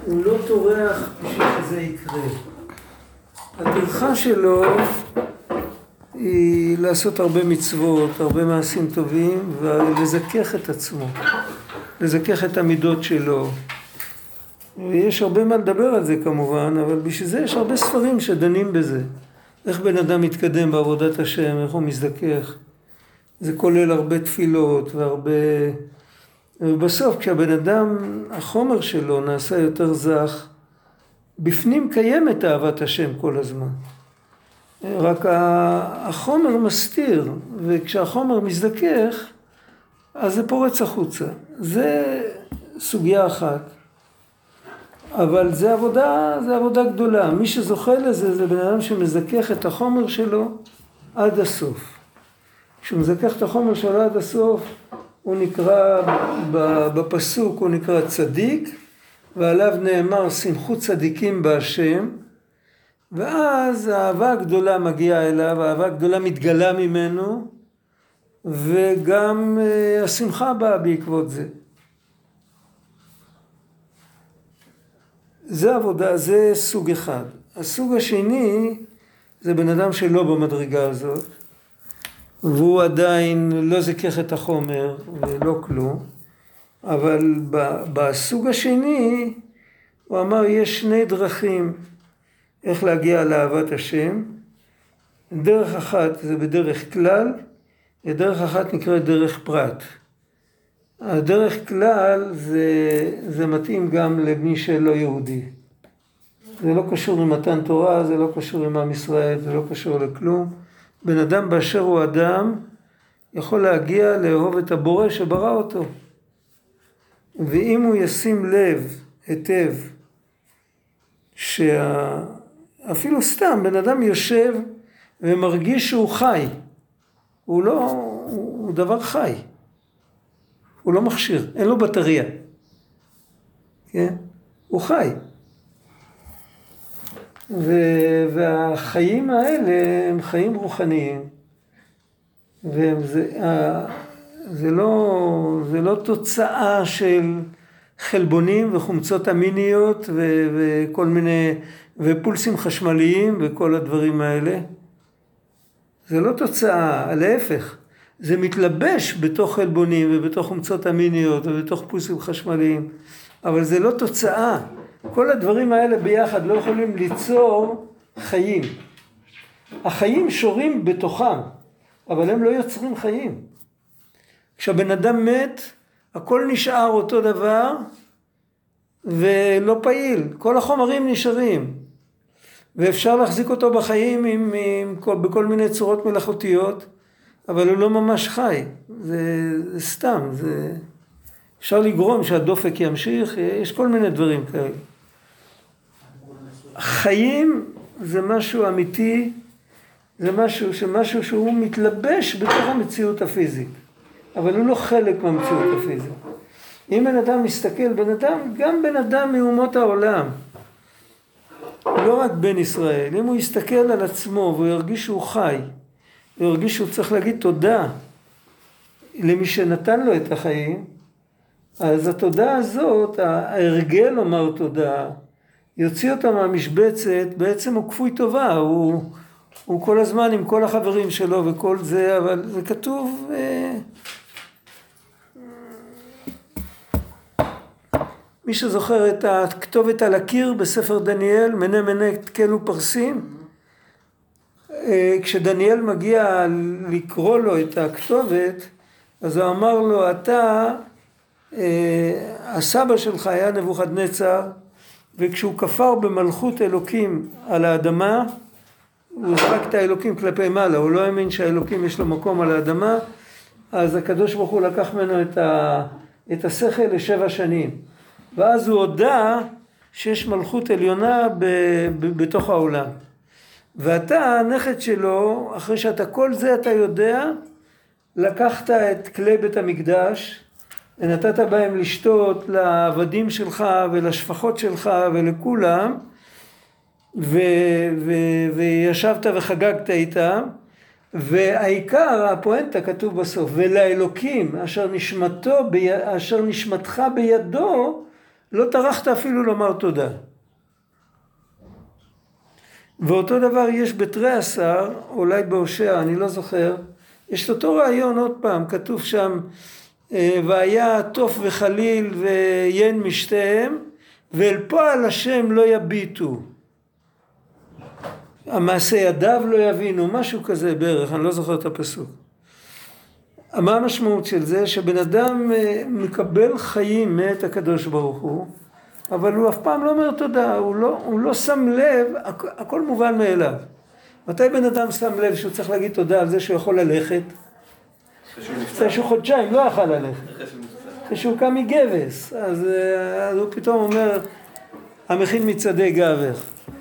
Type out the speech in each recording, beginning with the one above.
הוא לא טורח בשביל שזה יקרה. הטרחה שלו היא לעשות הרבה מצוות, הרבה מעשים טובים, ולזכך את עצמו, לזכך את המידות שלו. ויש הרבה מה לדבר על זה כמובן, אבל בשביל זה יש הרבה ספרים שדנים בזה. איך בן אדם מתקדם בעבודת השם, איך הוא מזדכך. זה כולל הרבה תפילות והרבה... ובסוף כשהבן אדם, החומר שלו נעשה יותר זך, בפנים קיימת אהבת השם כל הזמן. רק החומר מסתיר, וכשהחומר מזדכך, אז זה פורץ החוצה. זה סוגיה אחת. אבל זה עבודה גדולה. מי שזוכה לזה זה בן אדם שמזכך את החומר שלו עד הסוף. כשהוא מזכך את החומר שלו עד הסוף, הוא נקרא, בפסוק הוא נקרא צדיק, ועליו נאמר שמחו צדיקים בהשם, ואז האהבה הגדולה מגיעה אליו, האהבה הגדולה מתגלה ממנו, וגם השמחה באה בעקבות זה. זה עבודה, זה סוג אחד. הסוג השני זה בן אדם שלא במדרגה הזאת, והוא עדיין לא זכך את החומר ולא כלום, אבל בסוג השני הוא אמר יש שני דרכים איך להגיע לאהבת השם. דרך אחת זה בדרך כלל, ודרך אחת נקראת דרך פרט. הדרך כלל זה מתאים גם למי שלא יהודי. זה לא קשור עם מתן תורה, זה לא קשור עם עם ישראל, זה לא קשור לכלום. בן אדם באשר הוא אדם יכול להגיע לאהוב את הבורא שברא אותו. ואם הוא ישים לב היטב, אפילו סתם בן אדם יושב ומרגיש שהוא חי, הוא דבר חי. הוא לא מכשיר, אין לו בטריה. כן? הוא חי. והחיים האלה הם חיים רוחניים. זה לא תוצאה של חלבונים וחומצות אמיניות וכל מיני, ופולסים חשמליים וכל הדברים האלה. זה לא תוצאה, להפך. זה מתלבש בתוך חלבונים ובתוך חומצות אמיניות ובתוך פולסים חשמליים. אבל זה לא תוצאה. כל הדברים האלה ביחד לא יכולים ליצור חיים. החיים שורים בתוכם, אבל הם לא יוצרים חיים. כשהבן אדם מת, הכל נשאר אותו דבר ולא פעיל. כל החומרים נשארים. ואפשר להחזיק אותו בחיים בכל מיני צורות מלאכותיות, אבל הוא לא ממש חי. זה סתם. אפשר לגרום שהדופק ימשיך, יש כל מיני דברים כאלה. חיים זה משהו אמיתי, זה משהו שהוא מתלבש בתוך המציאות הפיזית, אבל הוא לא חלק מהמציאות הפיזית. אם בן אדם מסתכל, גם בן אדם מאומות העולם, לא רק בן ישראל, אם הוא יסתכל על עצמו והוא ירגיש שהוא חי, הוא ירגיש שהוא צריך להגיד תודה למי שנתן לו את החיים, אז התודה הזאת, ההרגל לומר תודה, יוציא אותה מהמשבצת, בעצם הוא כפוי טובה, הוא כל הזמן עם כל החברים שלו וכל זה, אבל זה כתוב, מי שזוכר את הכתובת על הקיר בספר דניאל, מנה מנה תקלו פרסים, כשדניאל מגיע לקרוא לו את הכתובת, אז הוא אמר לו, אתה, הסבא שלך היה נבוכדנצר, וכשהוא כפר במלכות אלוקים על האדמה, הוא זרק את האלוקים כלפי מעלה, הוא לא האמין שהאלוקים יש לו מקום על האדמה, אז הקדוש ברוך הוא לקח ממנו את השכל ל7 שנים. ואז הוא הודע שיש מלכות עליונה בתוך העולם. ואתה, הנכד שלו, אחרי שאתה כל זה אתה יודע, לקחת את כלי בית המקדש, ונתת בהם לשתות לעבדים שלך ולשפחות שלך ולכולם, וישבת וחגגת איתם, והעיקר, הפואנטה כתוב בסוף, ולאלוקים אשר נשמתך בידו, לא טרחת אפילו לומר תודה. ואותו דבר יש בתרי עשר, אולי בהושע, אני לא זוכר, יש אותו רעיון עוד פעם, כתוב שם, והיה תוף וחליל ויין משתיהם, ואל פועל השם לא יביטו. המעשה ידיו לא יבינו, משהו כזה בערך, אני לא זוכר את הפסוק. מה המשמעות של זה? שבן אדם מקבל חיים מאת הקדוש ברוך הוא, אבל הוא אף פעם לא אומר תודה, הוא לא שם לב, הכל מובן מאליו. מתי בן אדם שם לב שהוא צריך להגיד תודה על זה שהוא יכול ללכת? אחרי שהוא חודשיים לא יכול ללכת. אחרי שהוא קם מגבס, אז הוא פתאום אומר, המכין מצעדי גבר.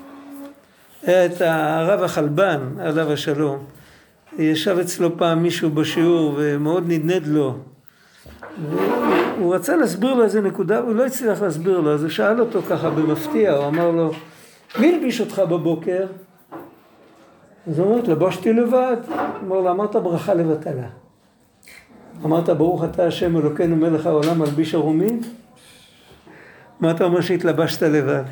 את הרב החלבן, עליו השלום, ישב אצלו פעם מישהו בשיעור ומאוד נדנד לו. הוא רצה להסביר לו איזה נקודה, הוא לא הצליח להסביר לו, אז הוא שאל אותו ככה במפתיע, הוא אמר לו, מי הלביש אותך בבוקר? אז הוא אומר, לבשתי לבד. הוא אמר לו, אמרת ברכה לבטלה. אמרת, ברוך אתה השם אלוקינו מלך העולם מלביש ערומים? מה אתה אומר שהתלבשת לבד?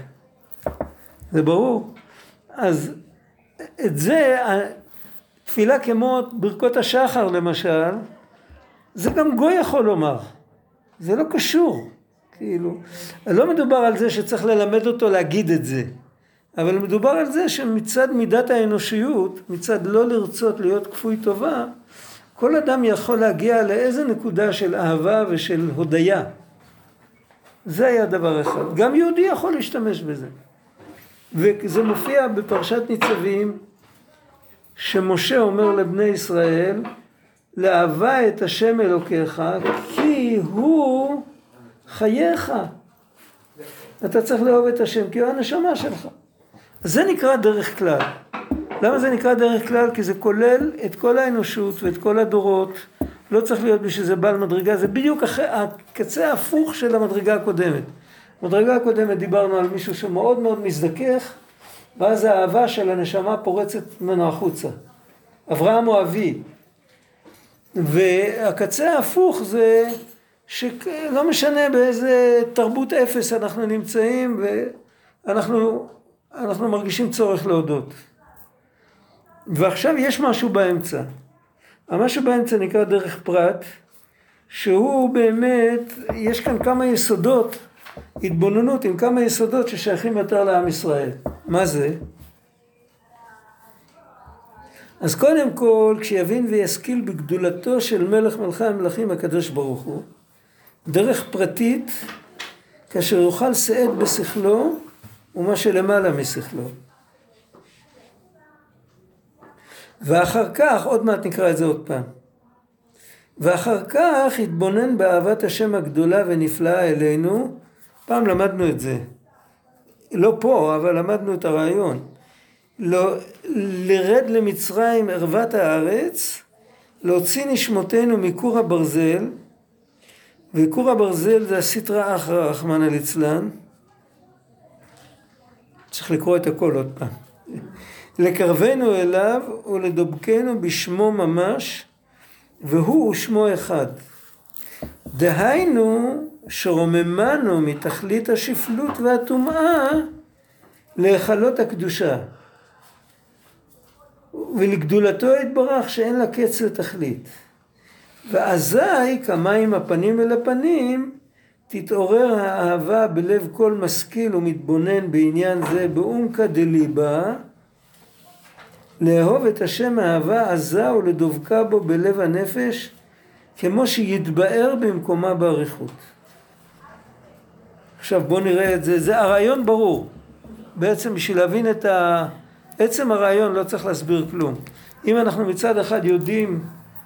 זה ברור. אז את זה, תפילה כמו ברכות השחר למשל, זה גם גוי יכול לומר. זה לא קשור. כאילו, לא מדובר על זה שצריך ללמד אותו להגיד את זה. אבל מדובר על זה שמצד מידת האנושיות, מצד לא לרצות להיות כפוי טובה, כל אדם יכול להגיע לאיזה נקודה של אהבה ושל הודיה. זה היה דבר אחד. גם יהודי יכול להשתמש בזה. וזה מופיע בפרשת ניצבים, שמשה אומר לבני ישראל, לאהבה את השם אלוקיך, כי הוא חייך. אתה צריך לאהוב את השם, כי הוא הנשמה שלך. אז זה נקרא דרך כלל. למה זה נקרא דרך כלל? כי זה כולל את כל האנושות ואת כל הדורות. לא צריך להיות בשביל זה בעל מדרגה, זה בדיוק הקצה ההפוך של המדרגה הקודמת. במדרגה הקודמת דיברנו על מישהו שמאוד מאוד מזדכך, ואז האהבה של הנשמה פורצת ממנו החוצה. אברהם הוא אבי. והקצה ההפוך זה שלא משנה באיזה תרבות אפס אנחנו נמצאים, ואנחנו מרגישים צורך להודות. ועכשיו יש משהו באמצע. המשהו באמצע נקרא דרך פרט, שהוא באמת, יש כאן כמה יסודות, התבוננות עם כמה יסודות ששייכים יותר לעם ישראל. מה זה? אז קודם כל, כשיבין וישכיל בגדולתו של מלך מלכי המלכים הקדוש ברוך הוא, דרך פרטית, כאשר יוכל שאת בשכלו, ומה שלמעלה משכלו. ואחר כך, עוד מעט נקרא את זה עוד פעם, ואחר כך התבונן באהבת השם הגדולה ונפלאה אלינו, פעם למדנו את זה, לא פה, אבל למדנו את הרעיון, לא, לרד למצרים ערוות הארץ, להוציא נשמותינו מכור הברזל, וכור הברזל זה הסטרא אחרא רחמנא ליצלן, צריך לקרוא את הכל עוד פעם, לקרבנו אליו ולדבקנו בשמו ממש, והוא שמו אחד. דהיינו שרוממנו מתכלית השפלות והטומאה להיכלות הקדושה. ולגדולתו יתברך שאין לה קץ לתכלית. ואזי כמים הפנים אל הפנים תתעורר האהבה בלב כל משכיל ומתבונן בעניין זה בעומקא דליבה, לאהוב את השם האהבה עזה ולדבקה בו בלב הנפש, כמו שיתבאר במקומה באריכות. עכשיו בוא נראה את זה, זה הרעיון ברור. בעצם בשביל להבין את עצם הרעיון לא צריך להסביר כלום. אם אנחנו מצד אחד יודעים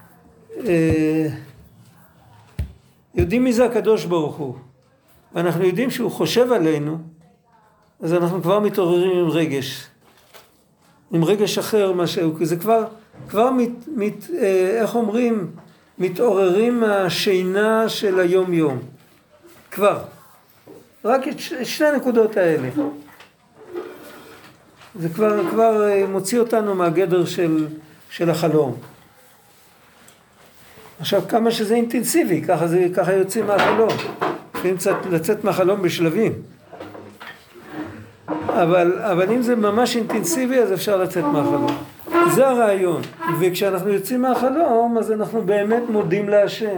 מי זה הקדוש ברוך הוא, ואנחנו יודעים שהוא חושב עלינו, אז אנחנו כבר מתעוררים עם רגש. עם רגש אחר משהו, כי זה כבר איך אומרים, מתעוררים מהשינה של היום יום. כבר. רק את שני הנקודות האלה. זה כבר מוציא אותנו מהגדר של החלום. עכשיו כמה שזה אינטנסיבי, ככה יוצאים מהחלום. צריכים לצאת מהחלום בשלבים. אבל אם זה ממש אינטנסיבי, אז אפשר לצאת מהחלום. זה הרעיון. וכשאנחנו יוצאים מהחלום, אז אנחנו באמת מודים להשם.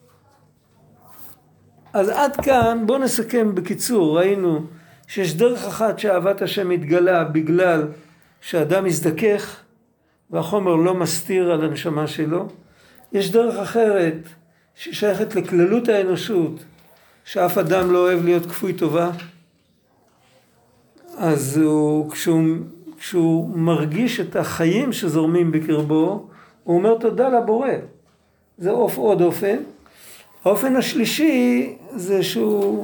אז עד כאן, בואו נסכם בקיצור. ראינו שיש דרך אחת שאהבת השם מתגלה בגלל שאדם מזדכך, והחומר לא מסתיר על הנשמה שלו. יש דרך אחרת ששייכת לכללות האנושות, שאף אדם לא אוהב להיות כפוי טובה. אז כשהוא מרגיש את החיים שזורמים בקרבו, הוא אומר תודה לבורא. זה עוד אופן. האופן השלישי זה שהוא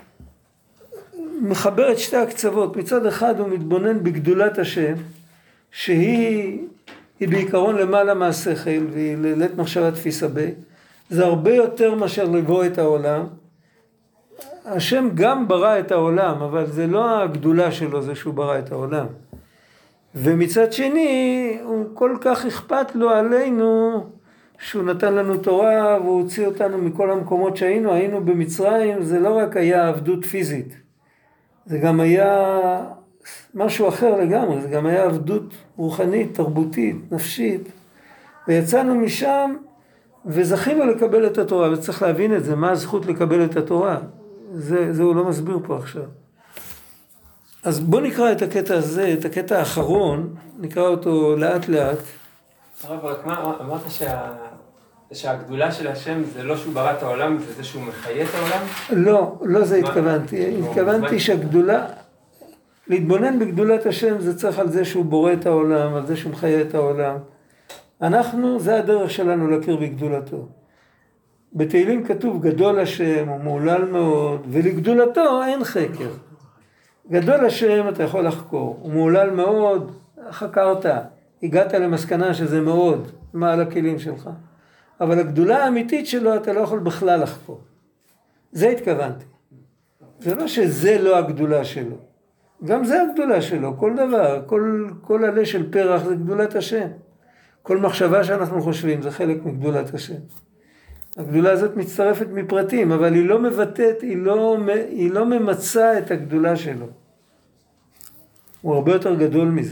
מחבר את שתי הקצוות. מצד אחד הוא מתבונן בגדולת השם, שהיא בעיקרון למעלה מהשכל, והיא לילת מחשבה תפיסה בי. זה הרבה יותר מאשר לבוא את העולם. השם גם ברא את העולם, אבל זה לא הגדולה שלו, זה שהוא ברא את העולם. ומצד שני, הוא כל כך אכפת לו עלינו, שהוא נתן לנו תורה, והוא הוציא אותנו מכל המקומות שהיינו. היינו במצרים, זה לא רק היה עבדות פיזית, זה גם היה משהו אחר לגמרי, זה גם היה עבדות רוחנית, תרבותית, נפשית. ויצאנו משם, וזכינו לקבל את התורה, וצריך להבין את זה, מה הזכות לקבל את התורה. זה הוא לא מסביר פה עכשיו. אז בוא נקרא את הקטע הזה, את הקטע האחרון, נקרא אותו לאט לאט. הרב, רק מה, אמרת שהגדולה של השם זה לא שהוא ברא את העולם, זה שהוא מחיה את העולם? לא זה התכוונתי. התכוונתי שהגדולה, להתבונן בגדולת השם זה צריך על זה שהוא בורא את העולם, על זה שהוא מחיה את העולם. אנחנו, זה הדרך שלנו להכיר בגדולתו. בתהילים כתוב גדול השם, הוא מעולל מאוד, ולגדולתו אין חקר. גדול השם אתה יכול לחקור, הוא מעולל מאוד, חקרת, הגעת למסקנה שזה מאוד, מעל הכלים שלך. אבל הגדולה האמיתית שלו אתה לא יכול בכלל לחקור. זה התכוונתי. זה לא שזה לא הגדולה שלו. גם זה הגדולה שלו, כל דבר, כל עלה של פרח זה גדולת השם. כל מחשבה שאנחנו חושבים זה חלק מגדולת השם. הגדולה הזאת מצטרפת מפרטים, אבל היא לא מבטאת, היא לא ממצה את הגדולה שלו. הוא הרבה יותר גדול מזה.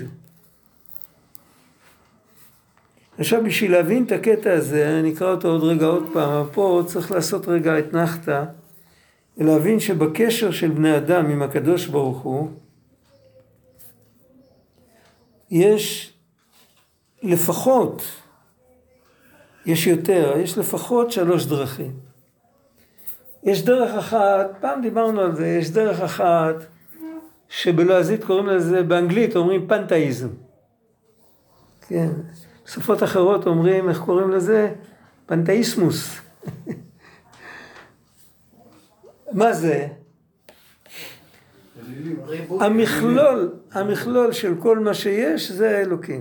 עכשיו בשביל להבין את הקטע הזה, אני אקרא אותו עוד רגע עוד פעם, אבל פה צריך לעשות רגע את נחתה, ולהבין שבקשר של בני אדם עם הקדוש ברוך הוא, יש לפחות, יש יותר, יש לפחות 3 דרכים. יש דרך אחת, פעם דיברנו על זה, יש דרך אחת שבלועזית קוראים לזה, באנגלית אומרים פנתאיזם. כן, שפות אחרות אומרים, איך קוראים לזה? פנתאיסמוס. מה זה? המכלול של כל מה שיש זה האלוקים.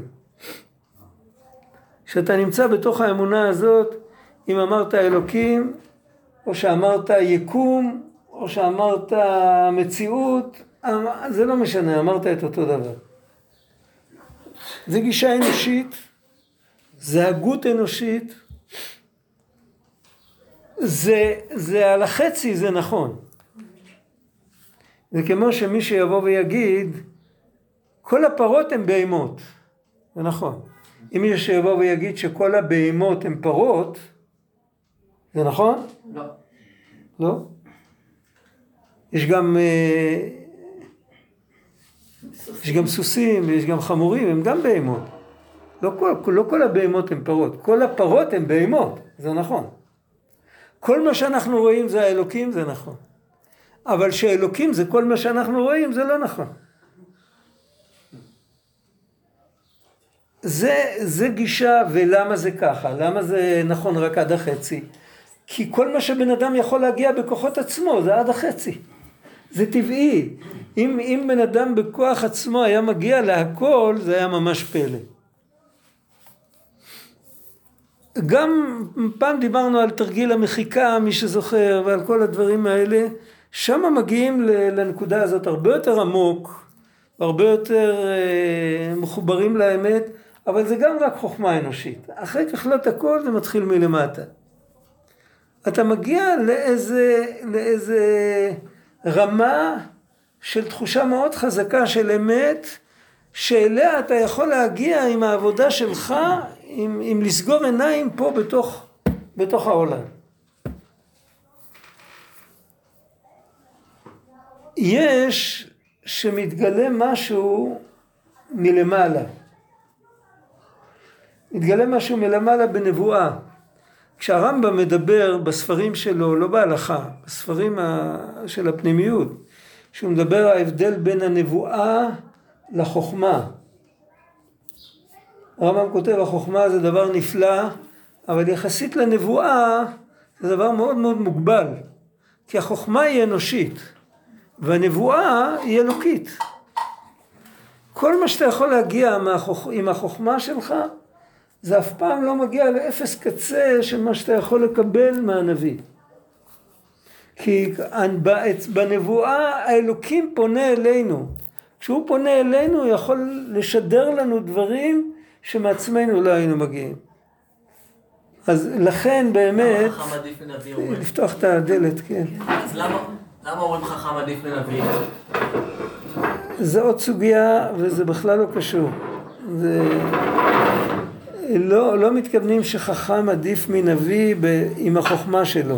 כשאתה נמצא בתוך האמונה הזאת, אם אמרת אלוקים, או שאמרת יקום, או שאמרת מציאות, זה לא משנה, אמרת את אותו דבר. זה גישה אנושית, זה הגות אנושית, זה על החצי, זה נכון. זה כמו שמי שיבוא ויגיד, כל הפרות הן בהמות. זה נכון. אם מי שיבוא ויגיד שכל הבהמות הן פרות, זה נכון? לא. לא? יש גם סוסים, יש גם חמורים, הם גם בהמות. לא כל הבהמות הן פרות, כל הפרות הן בהמות, זה נכון. כל מה שאנחנו רואים זה האלוקים, זה נכון. אבל שהאלוקים זה כל מה שאנחנו רואים, זה לא נכון. זה גישה, ולמה זה ככה? למה זה נכון רק עד החצי? כי כל מה שבן אדם יכול להגיע בכוחות עצמו, זה עד החצי. זה טבעי. אם בן אדם בכוח עצמו היה מגיע להכל, זה היה ממש פלא. גם פעם דיברנו על תרגיל המחיקה, מי שזוכר, ועל כל הדברים האלה, שם מגיעים לנקודה הזאת הרבה יותר עמוק, הרבה יותר מחוברים לאמת, אבל זה גם רק חוכמה אנושית. אחרי ככלות הכל זה מתחיל מלמטה. אתה מגיע לאיזה רמה של תחושה מאוד חזקה של אמת, שאליה אתה יכול להגיע עם העבודה שלך, עם לסגור עיניים פה בתוך העולם. יש שמתגלה משהו מלמעלה. מתגלה משהו מלמעלה בנבואה. כשהרמב"ם מדבר בספרים שלו, לא בהלכה, בספרים של הפנימיות, שהוא מדבר על ההבדל בין הנבואה לחוכמה. הרמב"ם כותב, החוכמה זה דבר נפלא, אבל יחסית לנבואה זה דבר מאוד מאוד מוגבל. כי החוכמה היא אנושית, והנבואה היא אלוקית. כל מה שאתה יכול להגיע עם החוכמה שלך, זה אף פעם לא מגיע לאפס קצה של מה שאתה יכול לקבל מהנביא. כי בנבואה האלוקים פונה אלינו. כשהוא פונה אלינו הוא יכול לשדר לנו דברים שמעצמנו לא היינו מגיעים. אז לכן באמת, לפתוח את הדלת, כן. אז למה אומרים חכם עדיף מנביא? זה עוד סוגיה וזה בכלל לא קשור. לא מתכוונים שחכם עדיף מנביא עם החוכמה שלו.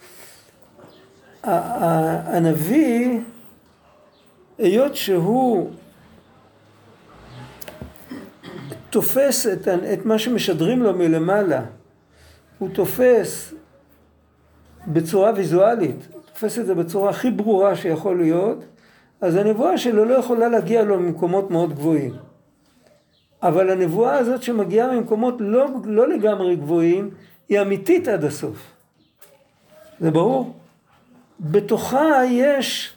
הנביא, היות שהוא תופס את מה שמשדרים לו מלמעלה, הוא תופס בצורה ויזואלית, תופס את זה בצורה הכי ברורה שיכול להיות, אז הנבואה שלו לא יכולה להגיע לו ממקומות מאוד גבוהים. אבל הנבואה הזאת שמגיעה ממקומות לא לגמרי גבוהים, היא אמיתית עד הסוף. זה ברור? בתוכה יש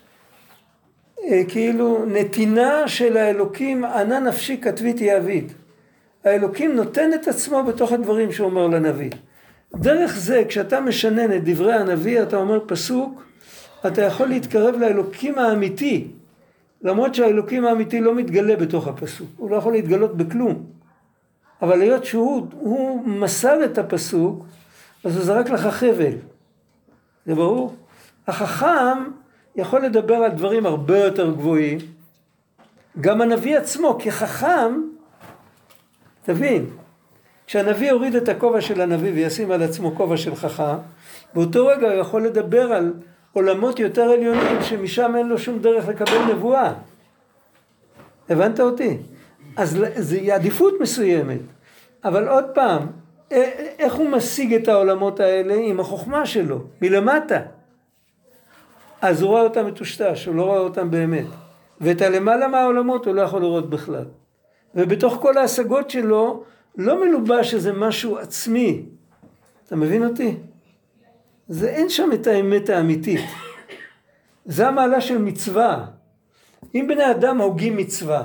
כאילו נתינה של האלוקים, ענה נפשי כתביתי אביד. האלוקים נותן את עצמו בתוך הדברים שהוא אומר לנביא. דרך זה, כשאתה משנן את דברי הנביא, אתה אומר פסוק, אתה יכול להתקרב לאלוקים האמיתי, למרות שהאלוקים האמיתי לא מתגלה בתוך הפסוק, הוא לא יכול להתגלות בכלום. אבל היות שהוא מסר את הפסוק, אז הוא זרק לך חבל. זה ברור? החכם יכול לדבר על דברים הרבה יותר גבוהים, גם הנביא עצמו כחכם, תבין, כשהנביא הוריד את הכובע של הנביא וישים על עצמו כובע של חכם, באותו רגע הוא יכול לדבר על עולמות יותר עליונים שמשם אין לו שום דרך לקבל נבואה. הבנת אותי? אז זה עדיפות מסוימת. אבל עוד פעם, איך הוא משיג את העולמות האלה? עם החוכמה שלו, מלמטה. אז הוא רואה אותם מטושטש, הוא לא רואה אותם באמת. ואת הלמעלה מהעולמות הוא לא יכול לראות בכלל. ובתוך כל ההשגות שלו, לא מלובש איזה משהו עצמי. אתה מבין אותי? אין שם את האמת האמיתית. זה המעלה של מצווה. אם בני אדם הוגים מצווה,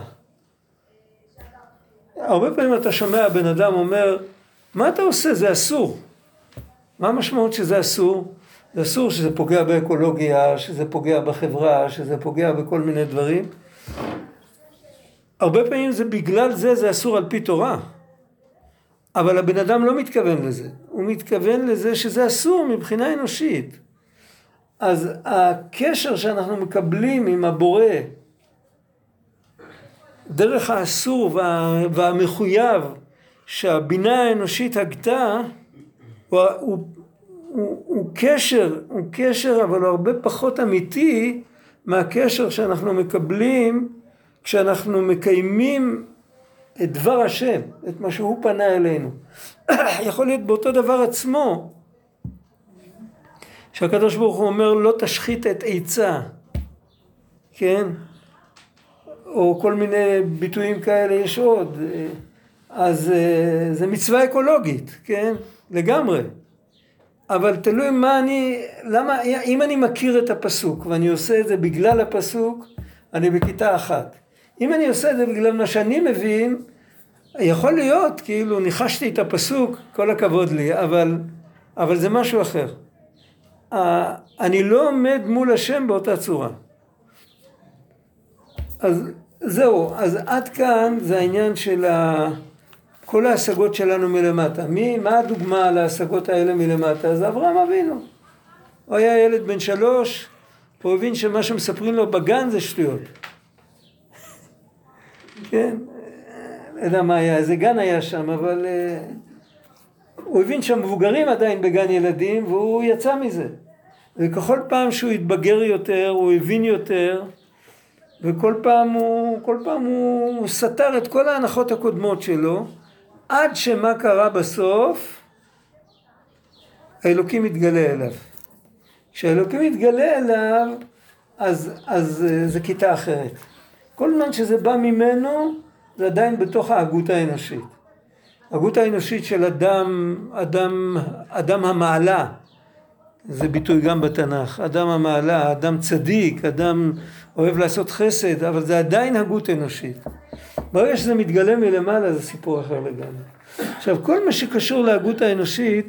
הרבה פעמים אתה שומע בן אדם אומר, מה אתה עושה? זה אסור. מה המשמעות שזה אסור? זה אסור שזה פוגע באקולוגיה, שזה פוגע בחברה, שזה פוגע בכל מיני דברים. הרבה פעמים זה בגלל זה אסור על פי תורה. אבל הבן אדם לא מתכוון לזה. הוא מתכוון לזה שזה אסור מבחינה אנושית. אז הקשר שאנחנו מקבלים עם הבורא, דרך האסור והמחויב שהבינה האנושית הגתה, הוא קשר, אבל הוא הרבה פחות אמיתי מהקשר שאנחנו מקבלים כשאנחנו מקיימים את דבר השם, את מה שהוא פנה אלינו. יכול להיות באותו דבר עצמו, שהקדוש ברוך הוא אומר לא תשחית את עצה, כן? או כל מיני ביטויים כאלה יש עוד. אז זה מצווה אקולוגית, כן? לגמרי. אבל תלוי למה, אם אני מכיר את הפסוק ואני עושה את זה בגלל הפסוק, אני בכיתה אחת. אם אני עושה את זה בגלל מה שאני מבין, יכול להיות כאילו ניחשתי את הפסוק, כל הכבוד לי, אבל זה משהו אחר. אני לא עומד מול השם באותה צורה. אז זהו, אז עד כאן זה העניין של כל ההשגות שלנו מלמטה. מה הדוגמה להשגות האלה מלמטה? זה אברהם אבינו. הוא היה ילד בן 3, הוא הבין שמה שמספרים לו בגן זה שטויות. כן, לא יודע מה היה, איזה גן היה שם, אבל הוא הבין שהמבוגרים עדיין בגן ילדים, והוא יצא מזה. וככל פעם שהוא התבגר יותר, הוא הבין יותר, וכל פעם הוא סתר את כל ההנחות הקודמות שלו, עד שמה קרה בסוף, האלוקים מתגלה אליו. כשהאלוקים מתגלה אליו, אז זה כיתה אחרת. כל זמן שזה בא ממנו, זה עדיין בתוך ההגות האנושית. ההגות האנושית של אדם המעלה, זה ביטוי גם בתנ"ך, אדם המעלה, אדם צדיק, אדם אוהב לעשות חסד, אבל זה עדיין הגות אנושית. ברגע שזה מתגלה מלמעלה, זה סיפור אחר לגמרי. עכשיו, כל מה שקשור להגות האנושית,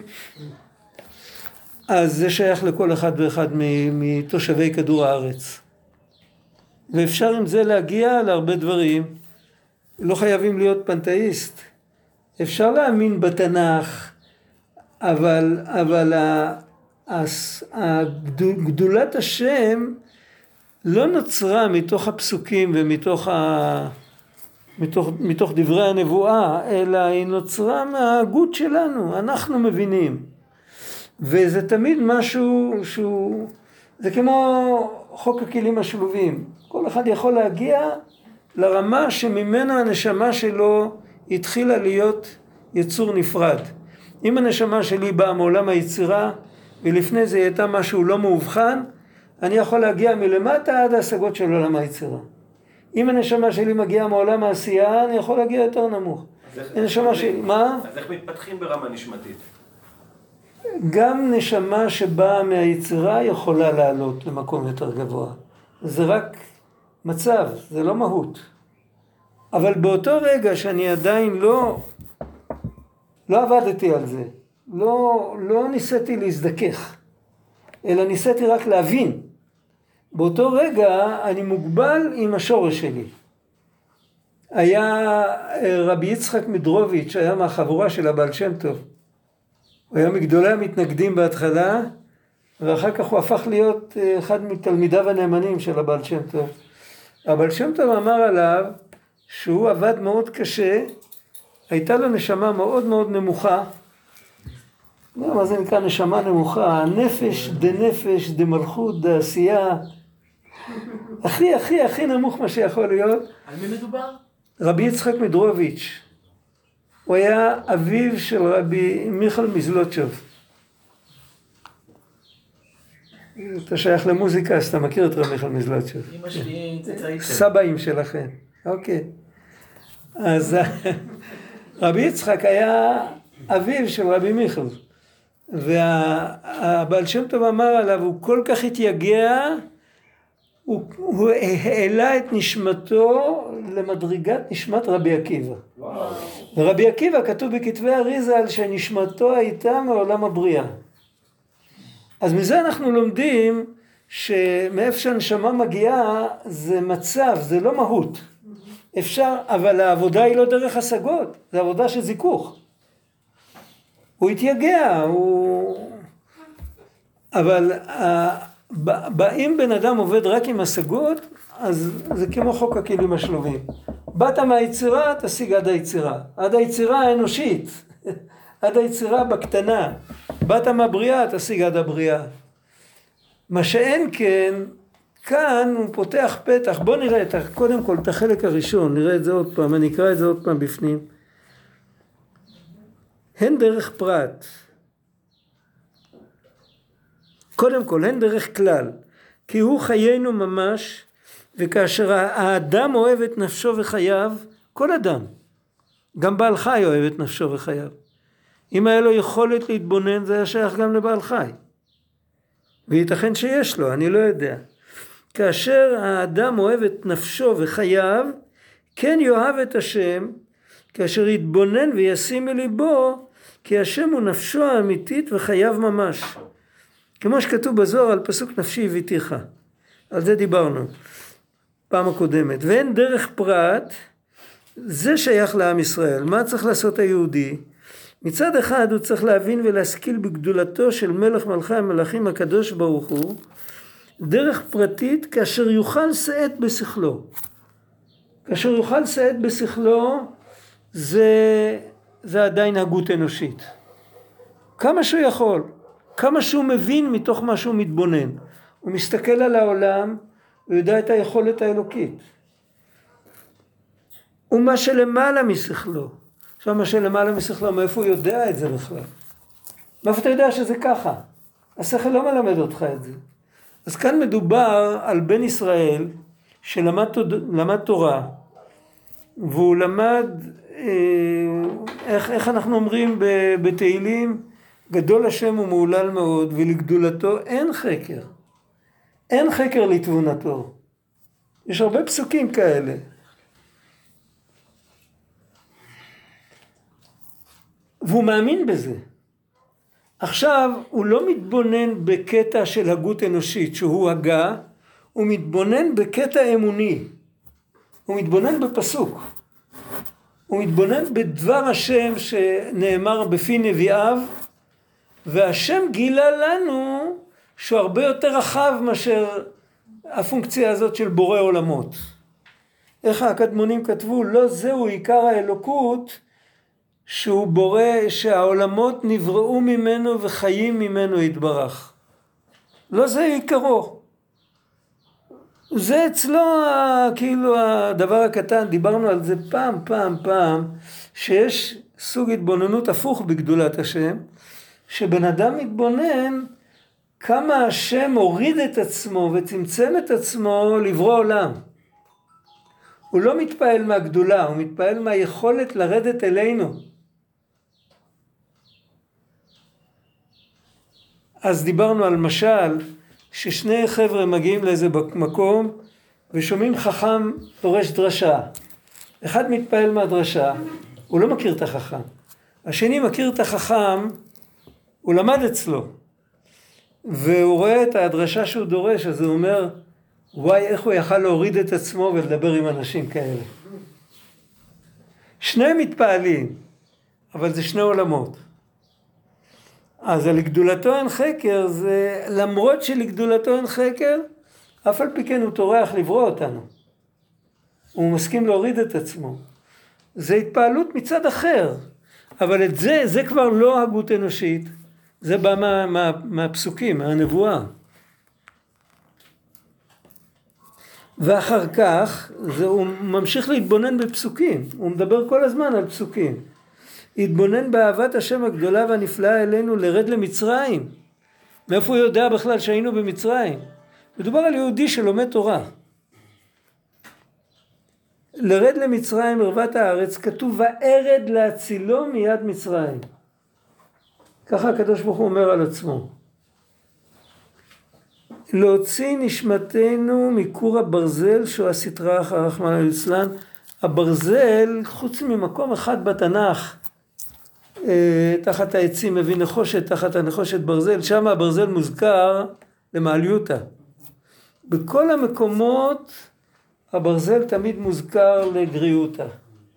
אז זה שייך לכל אחד ואחד מתושבי כדור הארץ. ואפשר עם זה להגיע להרבה דברים. לא חייבים להיות פנתאיסט. אפשר להאמין בתנ"ך, אבל גדולת השם לא נוצרה מתוך הפסוקים מתוך דברי הנבואה, אלא היא נוצרה מההגות שלנו, אנחנו מבינים. וזה תמיד משהו זה כמו חוק הכלים השלובים. כל אחד יכול להגיע לרמה שממנה הנשמה שלו התחילה להיות יצור נפרד. אם הנשמה שלי באה מעולם היצירה, ולפני זה הייתה משהו לא מאובחן, אני יכול להגיע מלמטה עד ההשגות של עולם היצירה. אם הנשמה שלי מגיעה מעולם העשייה, אני יכול להגיע יותר נמוך. הנשמה שלי, מה? אז איך מתפתחים ברמה נשמתית? גם נשמה שבאה מהיצירה יכולה לעלות למקום יותר גבוה. זה רק מצב, זה לא מהות. אבל באותו רגע שאני עדיין לא עבדתי על זה, לא ניסיתי להזדכך, אלא ניסיתי רק להבין. באותו רגע אני מוגבל עם השורש שלי. היה רבי יצחק מדרוביץ', היה מהחבורה של הבעל שם טוב. הוא היה מגדולי המתנגדים בהתחלה, ואחר כך הוא הפך להיות אחד מתלמידיו הנאמנים של הבעל שם טוב. הבעל שם טוב אמר עליו שהוא עבד מאוד קשה, הייתה לו נשמה מאוד מאוד נמוכה. מה זה נקרא נשמה נמוכה? נפש דנפש דמלכות דעשייה. הכי נמוך מה שיכול להיות. על מי מדובר? רבי יצחק מדרוביץ'. הוא היה אביו של רבי מיכל מזלוטשוב. אתה שייך למוזיקה, אז אתה מכיר את רבי מיכל מזלוטשוב. אמא שלי צאצאית. סבאים שלכם. אוקיי. אז רבי יצחק היה אביו של רבי מיכל. והבעל שם טוב אמר עליו, הוא כל כך התייגע, הוא העלה את נשמתו למדרגת נשמת רבי עקיבא. ורבי עקיבא כתוב בכתבי אריז"ל שנשמתו הייתה מעולם הבריאה. אז מזה אנחנו לומדים שמאיפה שהנשמה מגיעה זה מצב, זה לא מהות. אפשר, אבל העבודה היא לא דרך השגות, זה עבודה של זיכוך. הוא התייגע, אבל אם בן אדם עובד רק עם השגות, אז זה כמו חוק הכלים השלובים. באת מהיצירה, תשיג עד היצירה האנושית, עד היצירה בקטנה. באת מהבריאה, תשיג עד הבריאה. מה שאין כן, כאן הוא פותח פתח. בוא נראה קודם כל את החלק הראשון, נראה את זה עוד פעם, אני אקרא את זה עוד פעם בפנים. הן דרך פרט. קודם כל, הן דרך כלל, כי הוא חיינו ממש, וכאשר האדם אוהב את נפשו וחייו, כל אדם, גם בעל חי אוהב את נפשו וחייו. אם היה לו יכולת להתבונן, זה היה שייך גם לבעל חי. וייתכן שיש לו, אני לא יודע. כאשר האדם אוהב את נפשו וחייו, כן יאהב את השם, כאשר יתבונן וישים מליבו, כי השם הוא נפשו האמיתית וחייו ממש. כמו שכתוב בזוהר על פסוק נפשי הביתיך. על זה דיברנו פעם הקודמת. ואין דרך פרט, זה שייך לעם ישראל. מה צריך לעשות היהודי? מצד אחד הוא צריך להבין ולהשכיל בגדולתו של מלך מלכי המלכים הקדוש ברוך הוא, דרך פרטית כאשר יוכל שאת בשכלו. כאשר יוכל שאת בשכלו זה עדיין הגות אנושית. כמה שהוא יכול, כמה שהוא מבין מתוך מה שהוא מתבונן. הוא מסתכל על העולם, הוא יודע את היכולת האלוקית. ומה שלמעלה משכלו. עכשיו מה שלמעלה משכלו, מאיפה הוא יודע את זה בכלל? מאיפה אתה יודע שזה ככה? השכל לא מלמד אותך את זה. אז כאן מדובר על בן ישראל שלמד תורה, והוא למד, איך אנחנו אומרים בתהילים, גדול השם ומהולל מאוד, ולגדולתו אין חקר. אין חקר לתבונתו. יש הרבה פסוקים כאלה. והוא מאמין בזה. עכשיו הוא לא מתבונן בקטע של הגות אנושית שהוא הגה, הוא מתבונן בקטע אמוני. הוא מתבונן בפסוק. הוא מתבונן בדבר השם שנאמר בפי נביאיו, והשם גילה לנו שהוא הרבה יותר רחב מאשר הפונקציה הזאת של בורא עולמות. איך הקדמונים כתבו, לא זהו עיקר האלוקות, שהוא בורא, שהעולמות נבראו ממנו וחיים ממנו יתברך. לא זה עיקרו. זה אצלו כאילו הדבר הקטן, דיברנו על זה פעם, שיש סוג התבוננות הפוך בגדולת השם, שבן אדם מתבונן כמה השם הוריד את עצמו וצמצם את עצמו לברוא עולם. הוא לא מתפעל מהגדולה, הוא מתפעל מהיכולת לרדת אלינו. אז דיברנו על משל, ששני חבר'ה מגיעים לאיזה מקום, ושומעים חכם דורש דרשה. אחד מתפעל מהדרשה, הוא לא מכיר את החכם. השני מכיר את החכם, הוא למד אצלו. והוא רואה את הדרשה שהוא דורש, אז הוא אומר, וואי, איך הוא יכל להוריד את עצמו ולדבר עם אנשים כאלה. שניהם מתפעלים, אבל זה שני עולמות. אז לגדולתו אין חקר, זה למרות שלגדולתו אין חקר, אף על פי כן הוא טורח לברוא אותנו. הוא מסכים להוריד את עצמו. זה התפעלות מצד אחר, אבל את זה כבר לא הגות אנושית, זה בא מהפסוקים, מהנבואה. ואחר כך הוא ממשיך להתבונן בפסוקים, הוא מדבר כל הזמן על פסוקים. התבונן באהבת השם הגדולה והנפלאה אלינו לרד למצרים. מאיפה הוא יודע בכלל שהיינו במצרים? מדובר על יהודי שלומד תורה. לרד למצרים ערוות הארץ, כתוב וארד להצילו מיד מצרים. ככה הקדוש ברוך הוא אומר על עצמו. להוציא נשמתנו מכור הברזל שהוא הסטרה אחר רחמנא ליצלן. הברזל, חוץ ממקום אחד בתנ"ך, תחת העצים מביא נחושת, תחת הנחושת ברזל, שם הברזל מוזכר למעליותא. בכל המקומות הברזל תמיד מוזכר לגריותא.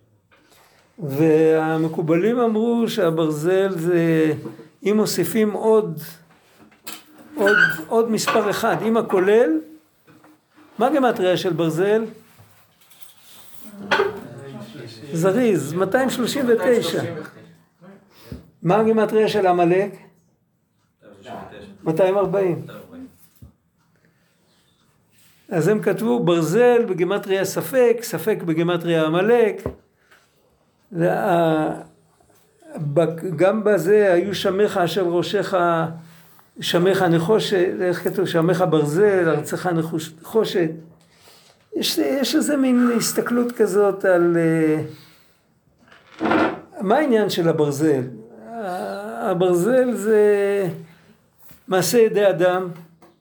והמקובלים אמרו שהברזל זה, אם מוסיפים עוד מספר אחד, אם הכולל, מה גימטריה של ברזל? זריז, 239. מה הגימטריה של עמלק? 240. אז הם כתבו ברזל בגימטריה ספק, ספק בגימטריה עמלק. גם בזה היו שמך אשר ראשך, שמך נחושת, איך כתוב? שמך ברזל, ארצך נחושת. יש איזה מין הסתכלות כזאת על מה העניין של הברזל. הברזל זה מעשה ידי אדם.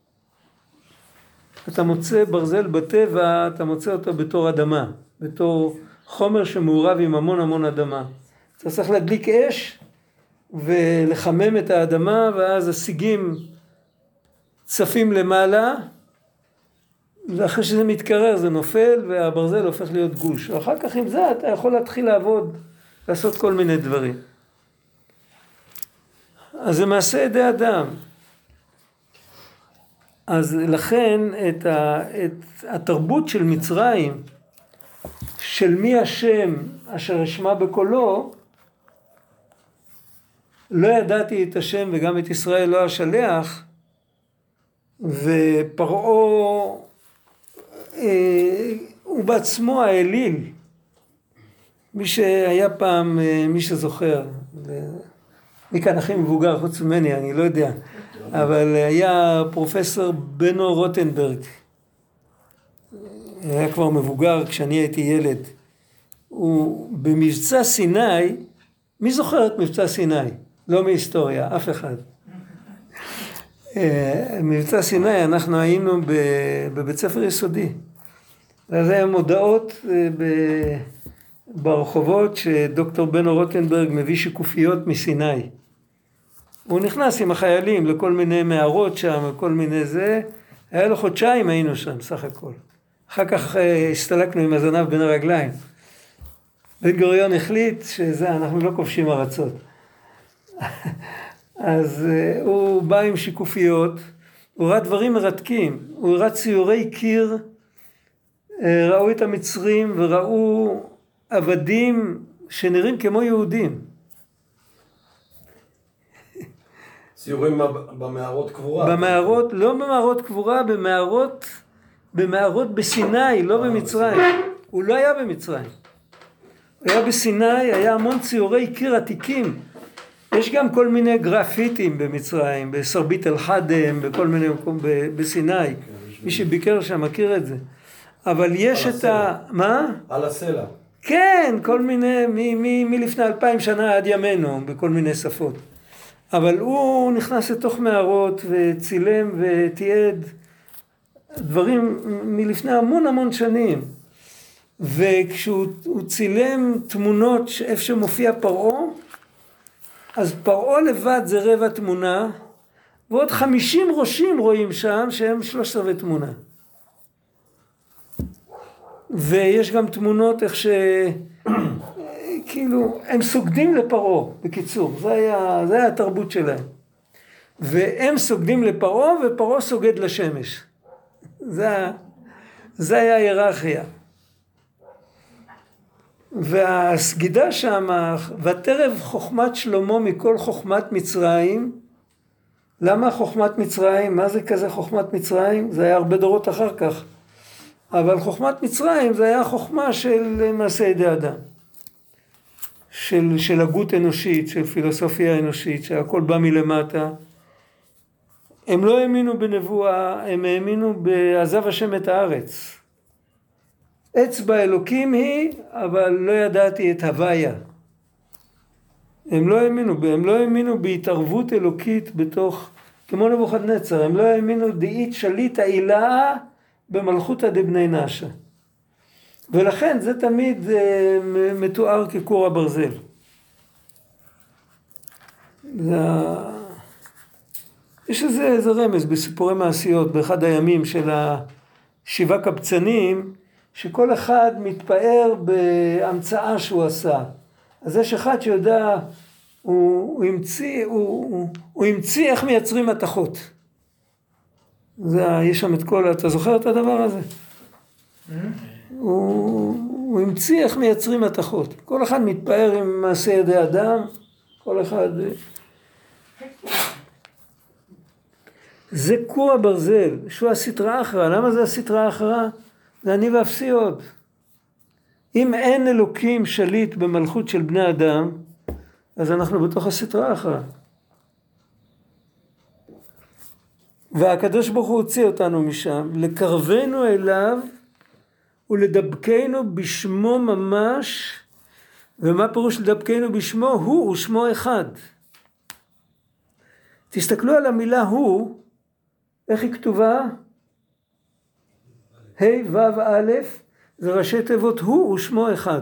אתה מוצא ברזל בטבע, אתה מוצא אותו בתור אדמה, בתור חומר שמעורב עם המון אדמה. אתה צריך להדליק אש ולחמם את האדמה, ואז הסיגים צפים למעלה, ואחרי שזה מתקרר זה נופל והברזל הופך להיות גוש. ואחר כך עם זה אתה יכול להתחיל לעבוד, לעשות כל מיני דברים. אז זה מעשה ידי אדם. אז לכן את התרבות של מצרים, של מי השם אשר אשמע בקולו, לא ידעתי את השם וגם את ישראל לא אשלח, ופרעה הוא בעצמו האליל, מי שהיה פעם, מי שזוכר, מי כאן הכי מבוגר חוץ ממני, אני לא יודע, אבל היה פרופסור בנו רוטנברג, היה כבר מבוגר כשאני הייתי ילד, הוא במבצע סיני, מי זוכר את מבצע סיני? לא מהיסטוריה, אף אחד. מבצע סיני, אנחנו היינו בבית ספר יסודי. אז היה מודעות ברחובות שדוקטור בנו רוטנברג מביא שיקופיות מסיני. הוא נכנס עם החיילים לכל מיני מערות שם, כל מיני זה. היה לו חודשיים היינו שם, סך הכל. אחר כך הסתלקנו עם הזנב בין הרגליים. בן גוריון החליט שזה, אנחנו לא כובשים ארצות. אז הוא בא עם שיקופיות, הוא ראה דברים מרתקים, הוא ראה ציורי קיר, ראו את המצרים וראו עבדים שנראים כמו יהודים. ציורים במערות קבורה. במערות, לא במערות קבורה, במערות בסיני, לא במצרים. הוא לא היה במצרים. הוא היה בסיני, היה המון ציורי קיר עתיקים. יש גם כל מיני גרפיטים במצרים, בסרבית אל-חדם, בכל מיני מקום בסיני. מי שביקר שם מכיר את זה. אבל יש את מה? על הסלע. כן, כל מיני, מלפני 2000 שנה עד ימינו, בכל מיני שפות. אבל הוא נכנס לתוך מערות וצילם ותיעד דברים מלפני המון שנים. וכשהוא צילם תמונות איפה שמופיע פרעה, אז פרעה לבד זה רבע תמונה, ועוד 50 ראשים רואים שם שהם 13 תמונה. ויש גם תמונות איך כאילו הם סוגדים לפרעה, בקיצור, זה היה התרבות שלהם. והם סוגדים לפרעה ופרעה סוגד לשמש. זה היה היררכיה. והסגידה שם, ותרב חוכמת שלמה מכל חוכמת מצרים. למה חוכמת מצרים? מה זה כזה חוכמת מצרים? זה היה הרבה דורות אחר כך. אבל חוכמת מצרים זה היה חוכמה של מעשה ידי אדם. של הגות אנושית, של פילוסופיה אנושית, שהכל בא מלמטה. הם לא האמינו בנבואה, הם האמינו בעזב השם את הארץ. אצבע אלוקים היא, אבל לא ידעתי את הוויה. הם לא האמינו בהתערבות אלוקית בתוך, כמו נבוכדנצר, הם לא האמינו דאית שליט העילה במלכותא דבני נשא. ולכן זה תמיד מתואר כקור הברזל. יש איזה רמז בסיפורי מעשיות, באחד הימים של השבעה קבצנים, שכל אחד מתפאר בהמצאה שהוא עשה. אז יש אחד שיודע, הוא המציא איך מייצרים מתכות. יש שם את כל, אתה זוכר את הדבר הזה? הוא המציא איך מייצרים מתכות. כל אחד מתפאר עם מעשה ידי אדם, כל אחד... זה קור הברזל, שהוא הסטרא אחרא. למה זה הסטרא אחרא? זה אני ואפסי עוד. אם אין אלוקים שליט במלכות של בני אדם, אז אנחנו בתוך הסטרא אחרא. והקדוש ברוך הוא הוציא אותנו משם, לקרבנו אליו ולדבקנו בשמו ממש. ומה פירוש לדבקנו בשמו? הוא ושמו אחד. תסתכלו על המילה הוא, איך היא כתובה? ה' ו' א', זה ראשי תיבות הוא ושמו אחד.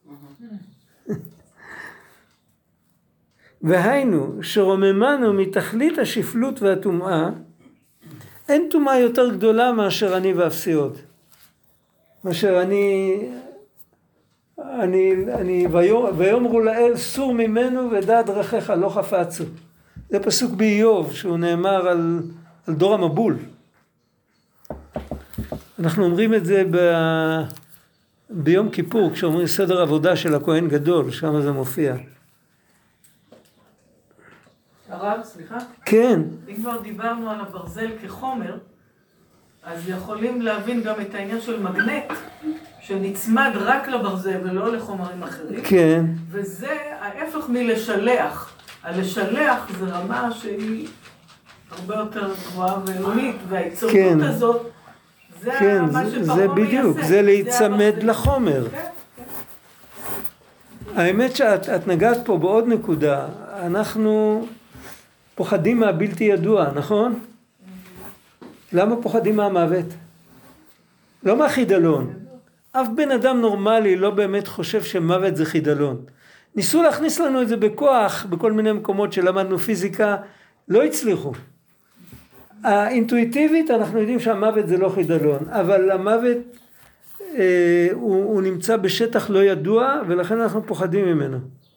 והיינו שרוממנו מתכלית השפלות והטומאה, אין טומאה יותר גדולה מאשר אני ואפסי עוד. מאשר ויאמרו לאל סור ממנו ודע דרכיך לא חפצו. זה פסוק באיוב, שהוא נאמר על דור המבול. אנחנו אומרים את זה ביום כיפור, כשאומרים סדר עבודה של הכהן גדול, שם זה מופיע. הרב, סליחה? כן. אם כבר דיברנו על הברזל כחומר, אז יכולים להבין גם את העניין של מגנט, שנצמד רק לברזל ולא לחומרים אחרים. כן. וזה ההפך מלשלח. הלשלח זה רמה שהיא הרבה יותר גבוהה ואלוהית, וההיצמדות כן. הזאת, זה כן, מה זה שפרעה בדיוק, מייסד. זה להיצמד הברזל. לחומר. כן, כן. האמת שאת נגעת פה בעוד נקודה, אנחנו פוחדים מהבלתי ידוע, נכון? למה פוחדים מהמוות? לא מהחידלון. אף בן אדם נורמלי לא באמת חושב שמוות זה חידלון. ניסו להכניס לנו את זה בכוח, בכל מיני מקומות שלמדנו פיזיקה, לא הצליחו. האינטואיטיבית אנחנו יודעים שהמוות זה לא חידלון, אבל המוות הוא נמצא בשטח לא ידוע, ולכן אנחנו פוחדים ממנו.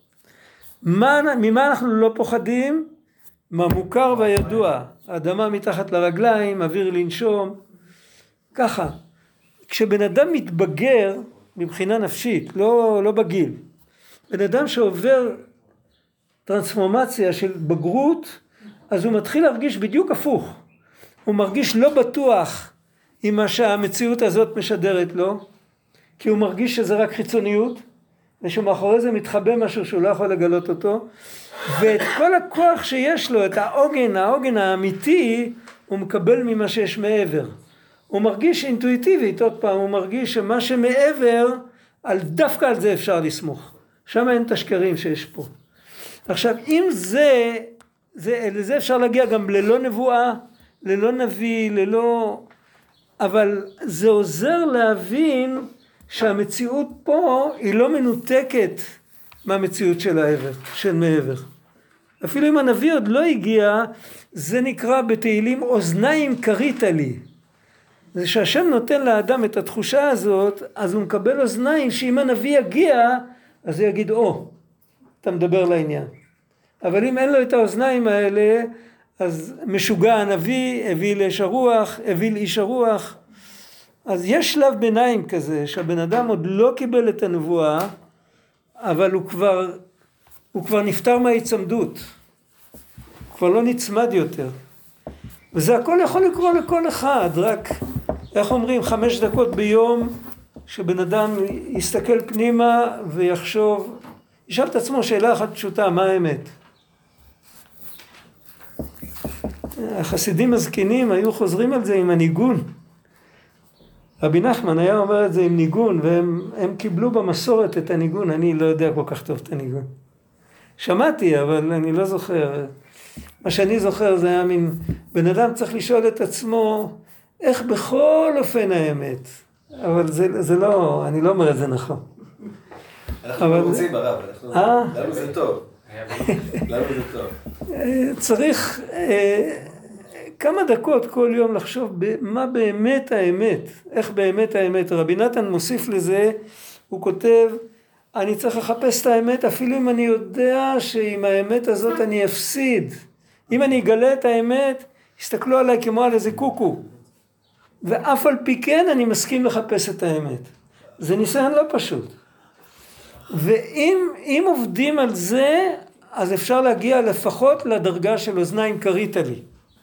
ממה אנחנו לא פוחדים? מהמוכר והידוע, האדמה מתחת לרגליים, אוויר לנשום, ככה. כשבן אדם מתבגר מבחינה נפשית, לא בגיל, בן אדם שעובר טרנספורמציה של בגרות, אז הוא מתחיל להרגיש בדיוק הפוך. הוא מרגיש לא בטוח עם מה שהמציאות הזאת משדרת לו, כי הוא מרגיש שזה רק חיצוניות, ושמאחורי זה מתחבא משהו שהוא לא יכול לגלות אותו, ואת כל הכוח שיש לו, את העוגן האמיתי, הוא מקבל ממה שיש מעבר. הוא מרגיש אינטואיטיבית, עוד פעם, הוא מרגיש שמה שמעבר, דווקא על זה אפשר לסמוך. שם אין את השקרים שיש פה. עכשיו, אם לזה אפשר להגיע גם ללא נבואה, ללא נביא, אבל זה עוזר להבין שהמציאות פה היא לא מנותקת מהמציאות של מעבר. אפילו אם הנביא עוד לא הגיע, זה נקרא בתהילים אוזניים קרית לי. זה שהשם נותן לאדם את התחושה הזאת, אז הוא מקבל אוזניים שאם הנביא יגיע, אז הוא יגיד, אתה מדבר לעניין. אבל אם אין לו את האוזניים האלה, אז משוגע הנביא, הביא לאיש הרוח, הביא לאיש הרוח. אז יש שלב ביניים כזה, שהבן אדם עוד לא קיבל את הנבואה, אבל הוא כבר נפטר מההצמדות. הוא כבר לא נצמד יותר. וזה הכל יכול לקרות לכל אחד, רק, איך אומרים, 5 דקות ביום, שבן אדם יסתכל פנימה ויחשוב, ישאל את עצמו שאלה אחת פשוטה, מה האמת? החסידים הזקנים היו חוזרים על זה עם הניגון. רבי נחמן היה אומר את זה עם ניגון, והם קיבלו במסורת את הניגון, אני לא יודע כל כך טוב את הניגון. שמעתי, אבל אני לא זוכר. מה שאני זוכר זה היה מין, בן אדם צריך לשאול את עצמו, איך בכל אופן האמת? אבל זה לא, אני לא אומר את זה נכון. אנחנו לא רוצים הרב, למה זה טוב? למה זה טוב? צריך כמה דקות כל יום לחשוב מה באמת האמת, איך באמת האמת. רבי נתן מוסיף לזה, הוא כותב, אני צריך לחפש את האמת, אפילו אם אני יודע שעם האמת הזאת אני אפסיד. אם אני אגלה את האמת, יסתכלו עליי כמו על איזה קוקו. ואף על פי כן אני מסכים לחפש את האמת. זה ניסיון לא פשוט. ואם עובדים על זה, אז אפשר להגיע לפחות לדרגה של אוזניים קרית לי.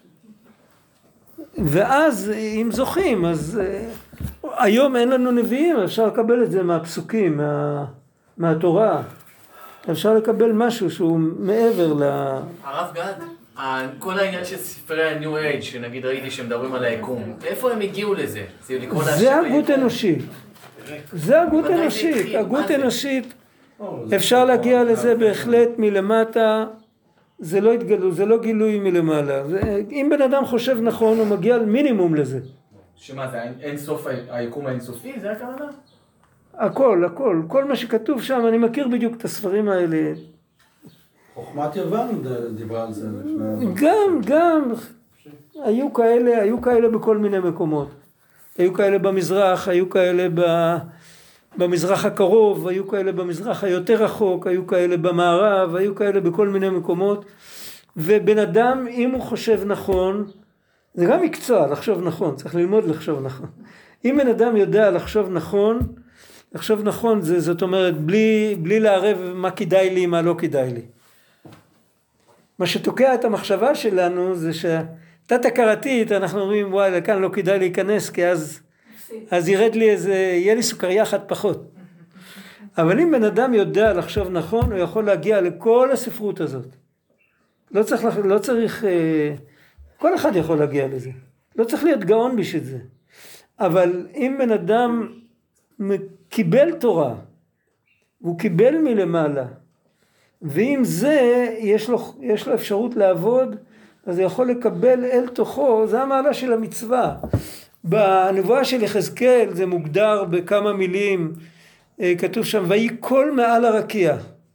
ואז אם זוכים, אז היום אין לנו נביאים, אפשר לקבל את זה מהפסוקים, מהתורה. אפשר לקבל משהו שהוא מעבר הרב גד, כל העניין של ספרי הניו אייג' שנגיד ראיתי שמדברים על היקום, איפה הם הגיעו לזה? זה הגות אנושית. זה הגות אנושית. הגות אנושית, אפשר להגיע לזה בהחלט מלמטה, זה לא התגלו, זה לא גילוי מלמעלה. אם בן אדם חושב נכון, הוא מגיע מינימום לזה. שמה זה, אין סוף, היקום האינסופי? זה הכוונה? הכל. כל מה שכתוב שם, אני מכיר בדיוק את הספרים האלה. חוכמת יוון דיברה על זה. גם, היו כאלה בכל מיני מקומות. היו כאלה במזרח, היו כאלה במזרח הקרוב, היו כאלה במזרח היותר רחוק, היו כאלה במערב, היו כאלה בכל מיני מקומות. ובן אדם, אם הוא חושב נכון, זה גם מקצוע, לחשוב נכון, צריך ללמוד לחשוב נכון. אם בן אדם יודע לחשוב נכון זאת אומרת, בלי לערב מה כדאי לי, מה לא כדאי לי. מה שתוקע את המחשבה שלנו זה שתת הכרתית, אנחנו אומרים, וואי, לכאן לא כדאי להיכנס, כי אז יהיה לי סוכריה אחת פחות. אבל אם בן אדם יודע לחשוב נכון, הוא יכול להגיע לכל הספרות הזאת. לא צריך, כל אחד יכול להגיע לזה. לא צריך להיות גאון בשביל זה. אבל אם בן אדם קיבל תורה, והוא קיבל מלמעלה, ואם זה יש לו אפשרות לעבוד, אז הוא יכול לקבל אל תוכו, זה המעלה של המצווה. בנבואה של יחזקאל זה מוגדר בכמה מילים, כתוב שם, ויקול מעל הרקיע.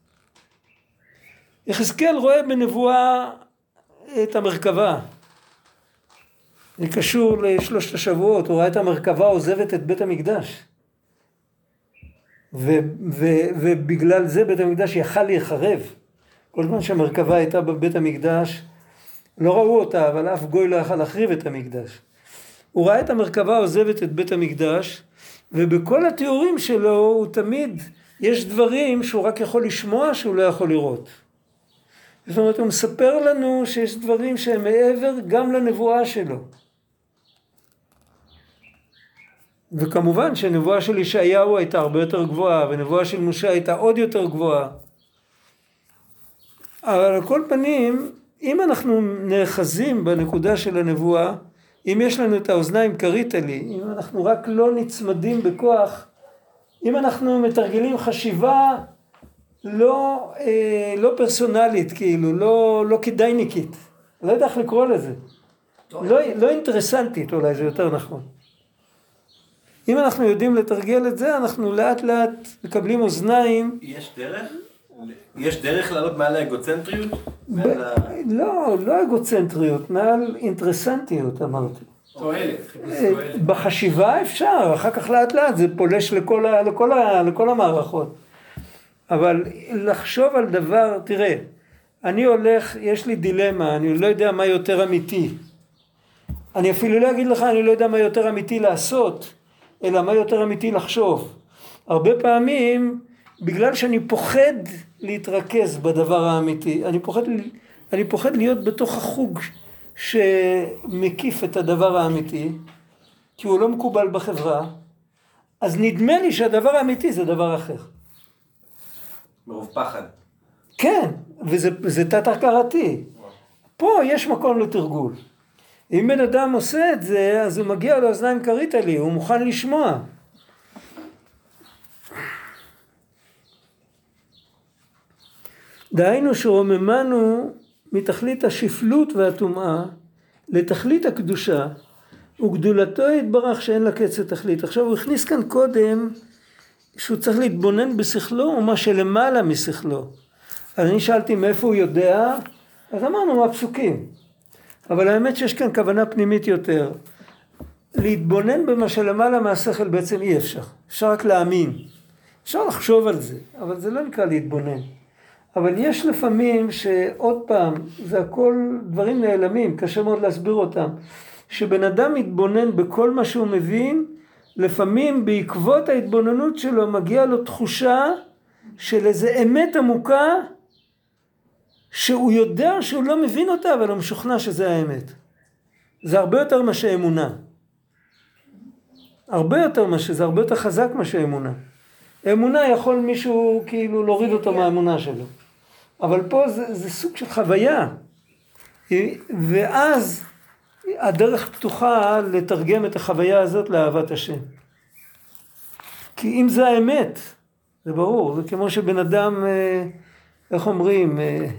יחזקאל רואה בנבואה את המרכבה. זה קשור לשלושת השבועות, הוא ראה את המרכבה עוזבת את בית המקדש. ובגלל זה בית המקדש יכל להיחרב. כל זמן שהמרכבה הייתה בבית המקדש, לא ראו אותה, אבל אף גוי לא יכל להחריב את המקדש. הוא ראה את המרכבה עוזבת את בית המקדש, ובכל התיאורים שלו הוא תמיד, יש דברים שהוא רק יכול לשמוע שהוא לא יכול לראות. זאת אומרת, הוא מספר לנו שיש דברים שהם מעבר גם לנבואה שלו. וכמובן שנבואה של ישעיהו הייתה הרבה יותר גבוהה, ונבואה של משה הייתה עוד יותר גבוהה. אבל על כל פנים, אם אנחנו נאחזים בנקודה של הנבואה, אם יש לנו את האוזניים קרית לי, אם אנחנו רק לא נצמדים בכוח, אם אנחנו מתרגלים חשיבה לא פרסונלית, כאילו, לא כדאיניקית, לא יודע איך לקרוא לזה, לא אינטרסנטית אולי, זה יותר נכון. אם אנחנו יודעים לתרגל את זה, אנחנו לאט לאט מקבלים אוזניים. יש דרך לעלות מעל האגוצנטריות? לא אגוצנטריות, מעל אינטרסנטיות אמרתי. תועלת. בחשיבה אפשר, אחר כך לאט לאט זה פולש לכל המערכות. אבל לחשוב על דבר, תראה, אני הולך, יש לי דילמה, אני לא יודע מה יותר אמיתי. אני אפילו לא אגיד לך, אני לא יודע מה יותר אמיתי לעשות, אלא מה יותר אמיתי לחשוב. הרבה פעמים, בגלל שאני פוחד להתרכז בדבר האמיתי, אני פוחד להיות בתוך החוג שמקיף את הדבר האמיתי, כי הוא לא מקובל בחברה, אז נדמה לי שהדבר האמיתי זה דבר אחר. מרוב פחד. כן, וזה תת-הכרתי. פה יש מקום לתרגול. אם בן אדם עושה את זה, אז הוא מגיע לאוזניים קרית לי, הוא מוכן לשמוע. דהיינו שרוממנו מתכלית השפלות והטומאה לתכלית הקדושה, וגדולתו יתברך שאין לה קץ לתכלית. עכשיו הוא הכניס כאן קודם שהוא צריך להתבונן בשכלו ומה שלמעלה משכלו. אז אני שאלתי מאיפה הוא יודע, אז אמרנו מהפסוקים. אבל האמת שיש כאן כוונה פנימית יותר. להתבונן במה שלמעלה מהשכל בעצם אי אפשר. אפשר רק להאמין. אפשר לחשוב על זה, אבל זה לא נקרא להתבונן. אבל יש לפעמים שעוד פעם, זה הכל דברים נעלמים, קשה מאוד להסביר אותם. שבן אדם מתבונן בכל מה שהוא מבין, לפעמים בעקבות ההתבוננות שלו מגיע לו תחושה של איזה אמת עמוקה, שהוא יודע שהוא לא מבין אותה, אבל הוא משוכנע שזה האמת. זה הרבה יותר מה שאמונה. זה הרבה יותר חזק מה שאמונה. אמונה יכול מישהו כאילו להוריד אותו מהאמונה שלו. אבל פה זה סוג של חוויה. ואז הדרך פתוחה לתרגם את החוויה הזאת לאהבת השם. כי אם זה האמת, זה ברור. זה כמו שבן אדם, איך אומרים,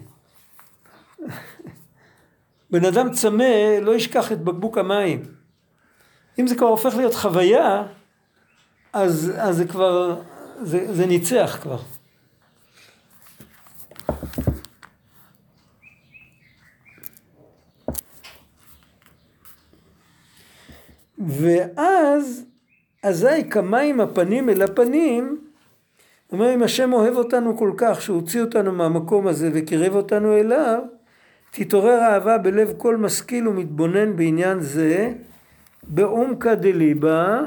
בן אדם צמא לא ישכח את בקבוק המים. אם זה כבר הופך להיות חוויה, אז זה כבר, זה ניצח כבר. ואז, אזי כמים הפנים אל הפנים, אומר, אם השם אוהב אותנו כל כך, שהוא הוציא אותנו מהמקום הזה וקירב אותנו אליו, תתעורר אהבה בלב כל משכיל ומתבונן בעניין זה, בעומקא דליבא,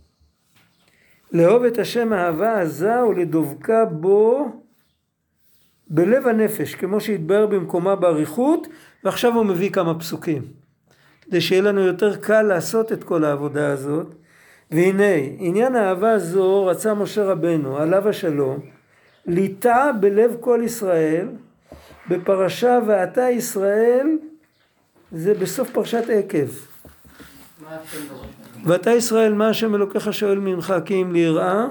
לאהוב את השם אהבה עזה ולדבקה בו בלב הנפש, כמו שהתבאר במקומה באריכות, ועכשיו הוא מביא כמה פסוקים, כדי שיהיה לנו יותר קל לעשות את כל העבודה הזאת. והנה, עניין האהבה זו רצה משה רבנו, עליו השלום, ליטע בלב כל ישראל, בפרשה ואתה ישראל, זה בסוף פרשת עקב. ואתה ישראל, מה השם אלוקיך שואל ממך, כי אם ליראה?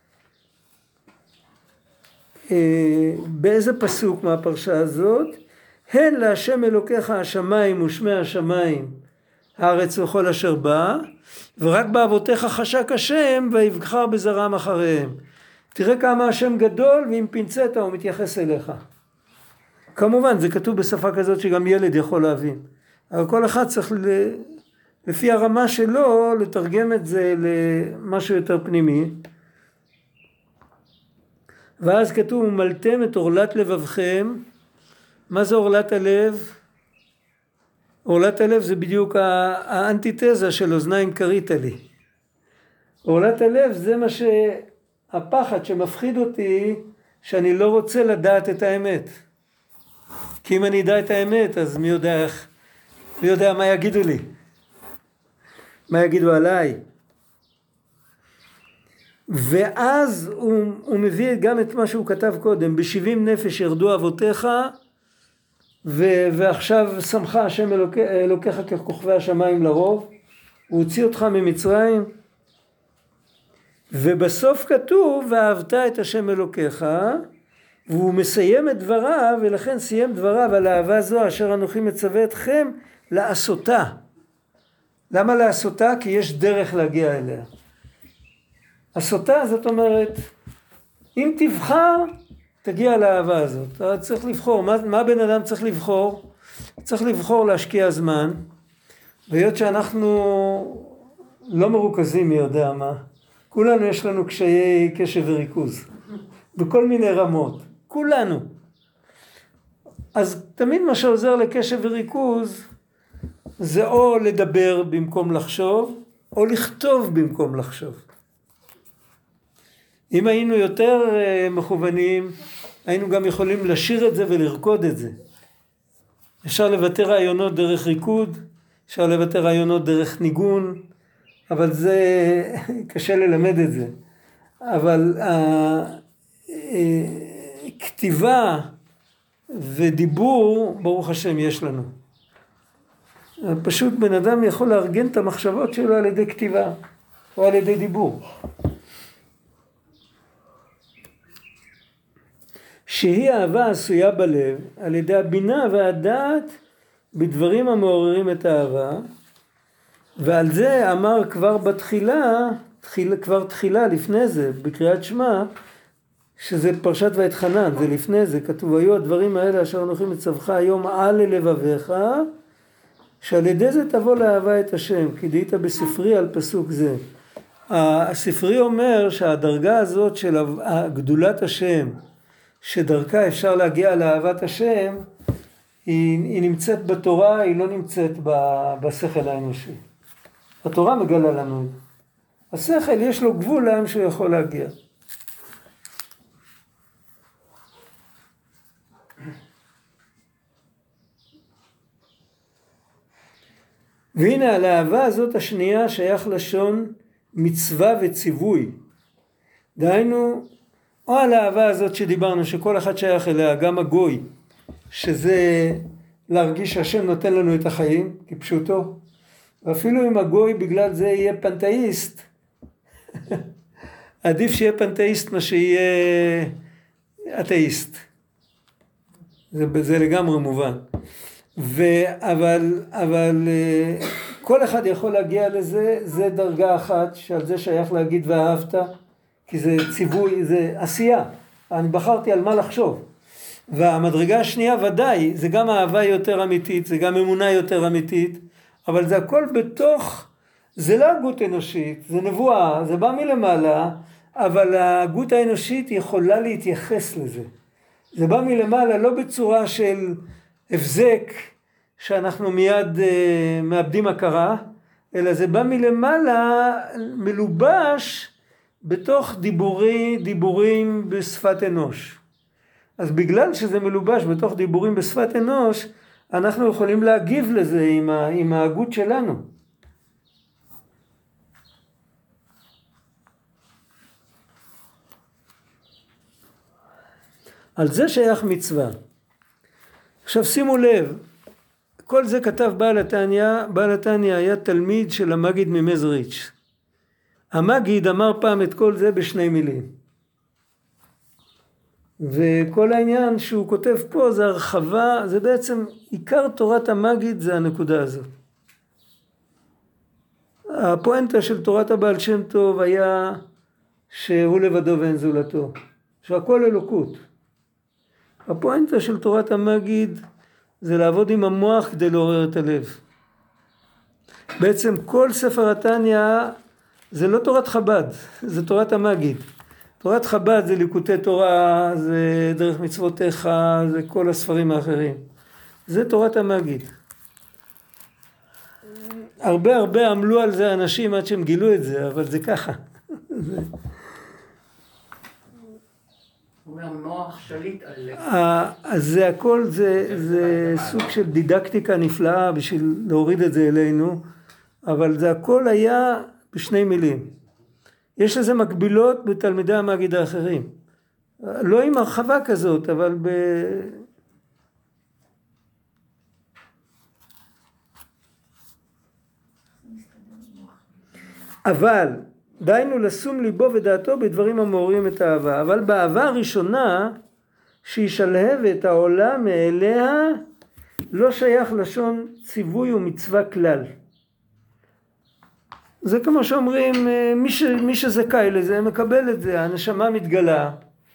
באיזה פסוק מהפרשה הזאת? הן להשם אלוקיך השמיים ושמי השמיים, הארץ וכל אשר בה, ורק באבותיך חשק השם ויבחר בזרעם אחריהם. תראה כמה השם גדול, ועם פינצטה הוא מתייחס אליך. כמובן זה כתוב בשפה כזאת שגם ילד יכול להבין, אבל כל אחד צריך לפי הרמה שלו לתרגם את זה למשהו יותר פנימי. ואז כתוב, מלתם את עורלת לבבכם. מה זה עורלת הלב? עורלת הלב זה בדיוק האנטיתזה של אוזניים קרית לי. עורלת הלב זה מה שהפחד שמפחיד אותי, שאני לא רוצה לדעת את האמת. כי אם אני אדע את האמת, אז מי יודע מה יגידו לי? מה יגידו עליי? ואז הוא מביא גם את מה שהוא כתב קודם, ב70 נפש ירדו אבותיך, ועכשיו שמחה השם אלוקיך ככוכבי השמיים לרוב, הוא הוציא אותך ממצרים, ובסוף כתוב, ואהבת את השם אלוקיך, והוא מסיים את דבריו, ולכן סיים דבריו על האהבה זו, אשר אנוכי מצווה אתכם לעשותה. למה לעשותה? כי יש דרך להגיע אליה. עשותה זאת אומרת, אם תבחר, תגיע לאהבה הזאת. אתה צריך לבחור. מה בן אדם צריך לבחור? צריך לבחור להשקיע זמן, והיות שאנחנו לא מרוכזים מי יודע מה, כולנו יש לנו קשיי קשב וריכוז, בכל מיני רמות, כולנו. אז תמיד מה שעוזר לקשב וריכוז, זה או לדבר במקום לחשוב, או לכתוב במקום לחשוב. אם היינו יותר מכוונים, היינו גם יכולים לשיר את זה ולרקוד את זה. אפשר לבטא רעיונות דרך ריקוד, אפשר לבטא רעיונות דרך ניגון, אבל זה קשה ללמד את זה. אבל כתיבה ודיבור, ברוך השם, יש לנו. פשוט בן אדם יכול לארגן את המחשבות שלו על ידי כתיבה או על ידי דיבור. שהיא אהבה עשויה בלב על ידי הבינה והדעת בדברים המעוררים את האהבה, ועל זה אמר כבר בתחילה, כבר תחילה לפני זה, בקריאת שמע, שזה פרשת ואתחנן, זה לפני זה, כתוב, היו הדברים האלה אשר אנוכי מצווך היום על לבביך, שעל ידי זה תבוא לאהבה את השם, כי דהית בספרי על פסוק זה. הספרי אומר שהדרגה הזאת של גדולת השם, שדרכה אפשר להגיע לאהבת השם, היא נמצאת בתורה, היא לא נמצאת בשכל האנושי. התורה מגלה לנו. השכל יש לו גבול לאן שהוא יכול להגיע. והנה על האהבה הזאת השנייה שייך לשון מצווה וציווי. דהיינו, או על האהבה הזאת שדיברנו, שכל אחד שייך אליה, גם הגוי, שזה להרגיש שהשם נותן לנו את החיים, כפשוטו. ואפילו אם הגוי בגלל זה יהיה פנתאיסט, עדיף שיהיה פנתאיסט מה שיהיה אתאיסט. זה לגמרי מובן. אבל כל אחד יכול להגיע לזה, זה דרגה אחת, שעל זה שייך להגיד ואהבת, כי זה ציווי, זה עשייה. אני בחרתי על מה לחשוב. והמדרגה השנייה ודאי, זה גם אהבה יותר אמיתית, זה גם אמונה יותר אמיתית, אבל זה הכל בתוך, זה לא הגות אנושית, זה נבואה, זה בא מלמעלה, אבל הגות האנושית יכולה להתייחס לזה. זה בא מלמעלה לא בצורה של הבזק שאנחנו מיד מאבדים הכרה, אלא זה בא מלמעלה מלובש בתוך דיבורים בשפת אנוש. אז בגלל שזה מלובש בתוך דיבורים בשפת אנוש, אנחנו יכולים להגיב לזה עם ההגות שלנו. על זה שייך מצווה. עכשיו שימו לב, כל זה כתב בעל התניא. בעל התניא היה תלמיד של המגיד ממזריץ'. המגיד אמר פעם את כל זה בשני מילים. וכל העניין שהוא כותב פה זה הרחבה, זה בעצם עיקר תורת המגיד, זה הנקודה הזאת. הפואנטה של תורת הבעל שם טוב היה שהוא לבדו ואין זולתו, שהכל אלוקות. הפואנטה של תורת המגיד זה לעבוד עם המוח כדי לעורר את הלב. בעצם כל ספר התניא זה לא תורת חב"ד, זה תורת המגיד. תורת חב"ד זה ליקוטי תורה, זה דרך מצוותיך, זה כל הספרים האחרים. זה תורת המגיד. הרבה עמלו על זה אנשים עד שהם גילו את זה, אבל זה ככה. הוא אומר מוח שליט על... אז זה הכל, זה סוג של דידקטיקה נפלאה בשביל להוריד את זה אלינו, אבל זה הכל היה בשני מילים. יש לזה מקבילות בתלמידי המגיד האחרים. לא עם הרחבה כזאת, אבל אבל דיינו לשום ליבו ודעתו בדברים המעוררים את האהבה. אבל באהבה הראשונה שהיא שלהבת העולה מאליה, לא שייך לשון ציווי ומצווה כלל. זה כמו שאומרים, מי שזכאי לזה מקבל את זה, הנשמה מתגלה.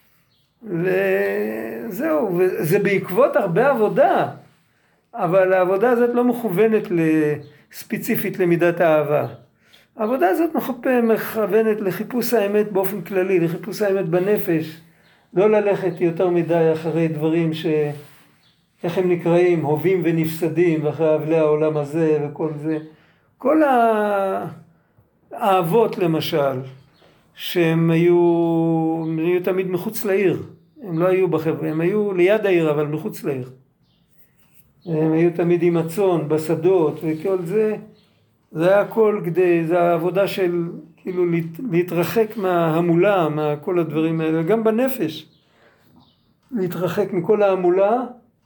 וזהו, וזה בעקבות הרבה עבודה, אבל העבודה הזאת לא מכוונת ספציפית למידת האהבה. העבודה הזאת מכוונת לחיפוש האמת באופן כללי, לחיפוש האמת בנפש, לא ללכת יותר מדי אחרי דברים איך הם נקראים, הובים ונפסדים, ואחרי אבלי העולם הזה וכל זה. כל האהבות למשל, שהם היו תמיד מחוץ לעיר, הם לא היו בחברה, הם היו ליד העיר אבל מחוץ לעיר. הם היו תמיד עם הצאן, בשדות וכל זה, זה היה הכל כדי, זה העבודה של כאילו להתרחק מההמולה, מכל הדברים האלה, גם בנפש, להתרחק מכל ההמולה,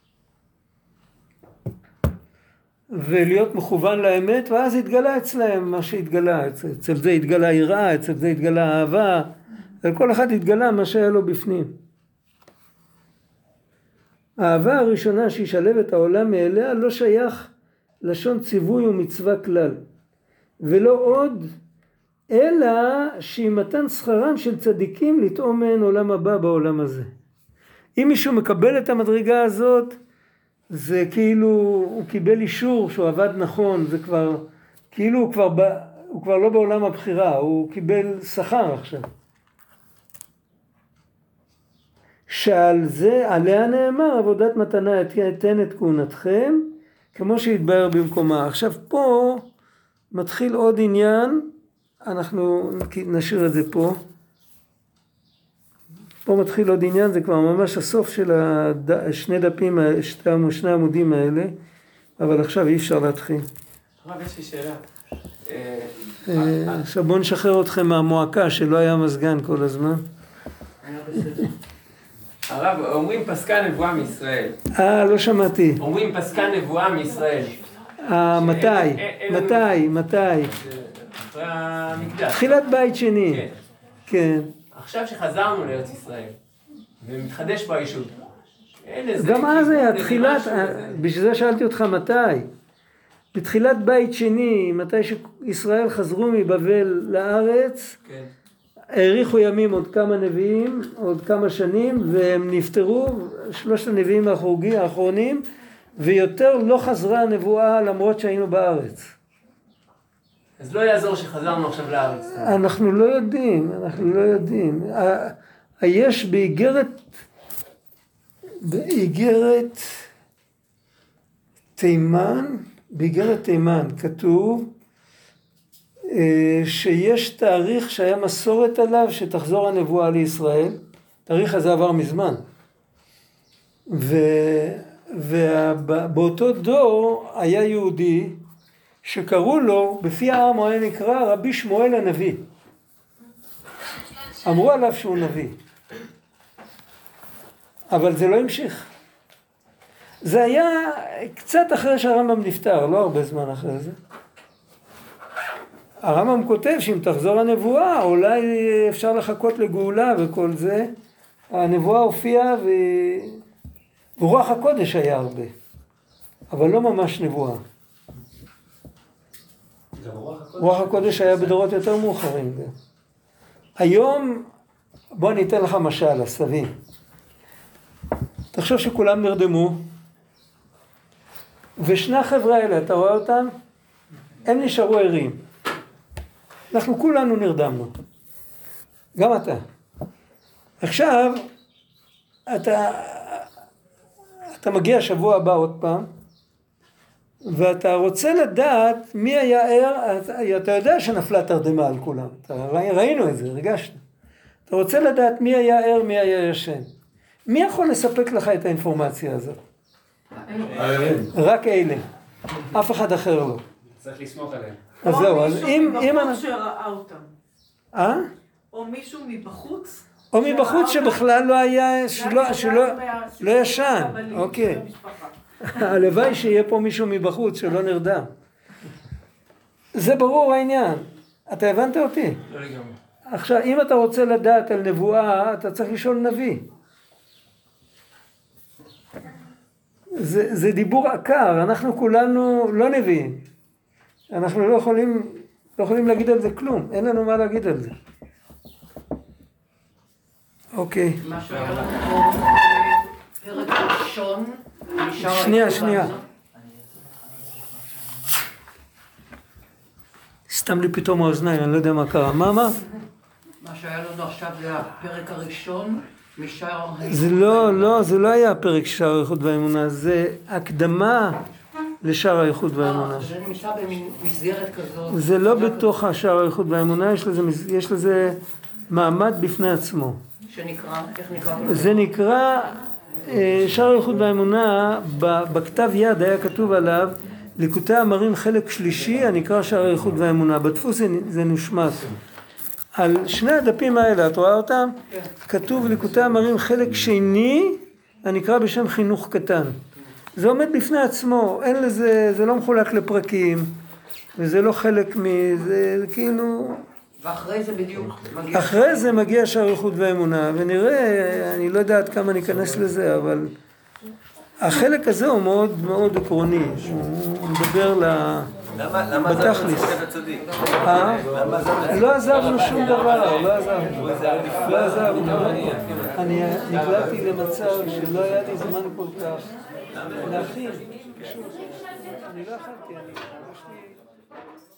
ולהיות מכוון לאמת, ואז התגלה אצלהם מה שהתגלה, אצל זה התגלה יראה, אצל זה התגלה אהבה, כל אחד התגלה מה שהיה לו בפנים. האהבה הראשונה שהיא שלבת העולם מאליה לא שייך לשון ציווי ומצווה כלל, ולא עוד, אלא שהיא מתן שכרם של צדיקים לטעום מהן עולם הבא בעולם הזה. אם מישהו מקבל את המדרגה הזאת, זה כאילו הוא קיבל אישור שהוא עבד נכון, זה כבר, כאילו הוא כבר לא בעולם הבחירה, הוא קיבל שכר עכשיו. שעל זה, עליה נאמר, עבודת מתנה אתן את כהונתכם, כמו שהתבהר במקומה. עכשיו פה מתחיל עוד עניין, אנחנו נשאיר את זה פה. פה מתחיל עוד עניין, זה כבר ממש הסוף של שני דפים, שני עמודים האלה, אבל עכשיו אי אפשר להתחיל. הרב, יש לי שאלה. עכשיו בואו נשחרר אתכם מהמועקה שלא היה מזגן כל הזמן. היה בסדר. הרב, אומרים פסקה נבואה מישראל. לא שמעתי. אומרים פסקה נבואה מישראל. מתי? אחרי המקדש. תחילת בית שני. כן. עכשיו שחזרנו לארץ ישראל, ומתחדש ביישוב. גם אז היה תחילת, בשביל זה שאלתי אותך מתי. בתחילת בית שני, מתי שישראל חזרו מבבל לארץ, כן. האריכו ימים עוד כמה נביאים, עוד כמה שנים, והם נפטרו, 3 הנביאים האחרונים, ויותר לא חזרה הנבואה למרות שהיינו בארץ. אז לא יעזור שחזרנו עכשיו לארץ. אנחנו לא יודעים. יש באיגרת תימן, באיגרת תימן כתוב שיש תאריך שהיה מסורת עליו שתחזור הנבואה לישראל. תאריך הזה עבר מזמן. ובאותו דור היה יהודי שקראו לו, בפי העם הוא היה נקרא רבי שמואל הנביא. אמרו עליו שהוא נביא. אבל זה לא המשיך. זה היה קצת אחרי שהרמב"ם נפטר, לא הרבה זמן אחרי זה. הרמב"ם כותב שאם תחזור הנבואה, אולי אפשר לחכות לגאולה וכל זה. הנבואה הופיעה ורוח הקודש היה הרבה, אבל לא ממש נבואה. רוח הקודש היה בדורות יותר מאוחרים. היום, בוא אני אתן לך משל, הסבי. תחשוב שכולם נרדמו, ושני החבר'ה האלה, אתה רואה אותם? הם נשארו ערים. אנחנו כולנו נרדמנו. גם אתה. עכשיו, אתה מגיע שבוע הבא עוד פעם, ואתה רוצה לדעת מי היה ער, אתה יודע שנפלה תרדמה על כולם. ראינו את זה, הרגשנו. אתה רוצה לדעת מי היה ער, מי היה ישן. מי יכול לספק לך את האינפורמציה הזאת? רק אלה. אף אחד אחר לא. צריך לסמוך עליהם. אז זהו, אז אם... או מישהו מבחוץ שראה אותם. או מישהו מבחוץ. או מבחוץ שבכלל לא היה, שלא ישן. אוקיי. הלוואי שיהיה פה מישהו מבחוץ שלא נרדם. זה ברור העניין. אתה הבנת אותי? לא לגמרי. עכשיו, אם אתה רוצה לדעת על נבואה, אתה צריך לשאול נביא. זה דיבור עקר, אנחנו כולנו לא נביאים. אנחנו לא יכולים להגיד על זה כלום, אין לנו מה להגיד על זה. אוקיי. מה שהיה לנו פרק ראשון, שנייה. סתם לי פתאום האוזניים, אני לא יודע מה קרה. מה? מה שהיה לנו עכשיו זה הפרק הראשון משער האיחוד. זה לא היה הפרק שער האיחוד והאמונה, זה הקדמה לשער האיחוד והאמונה. זה נמצא במסגרת כזאת. זה לא בתוך השער האיחוד והאמונה, יש לזה מעמד בפני עצמו. שנקרא, איך נקרא? זה נקרא, שער האיחוד והאמונה, בכתב יד היה כתוב עליו, ליקוטי אמרים חלק שלישי, הנקרא שער האיחוד והאמונה. בדפוס זה נשמט. על שני הדפים האלה, את רואה אותם? כן. כתוב ליקוטי אמרים חלק שני, הנקרא בשם חינוך קטן. זה עומד בפני עצמו, אין לזה, זה לא מחולק לפרקים, וזה לא חלק מזה, כאילו... ואחרי זה בדיוק מגיע... אחרי זה מגיע שער האיחוד והאמונה, ונראה, אני לא יודעת כמה ניכנס לזה, אבל... החלק הזה הוא מאוד מאוד עקרוני, הוא מדבר בתכלס. לא עזבנו שום דבר, לא עזבנו. אני נקלעתי למצב שלא היה לי זמן כל כך להכין. אני לא אכלתי,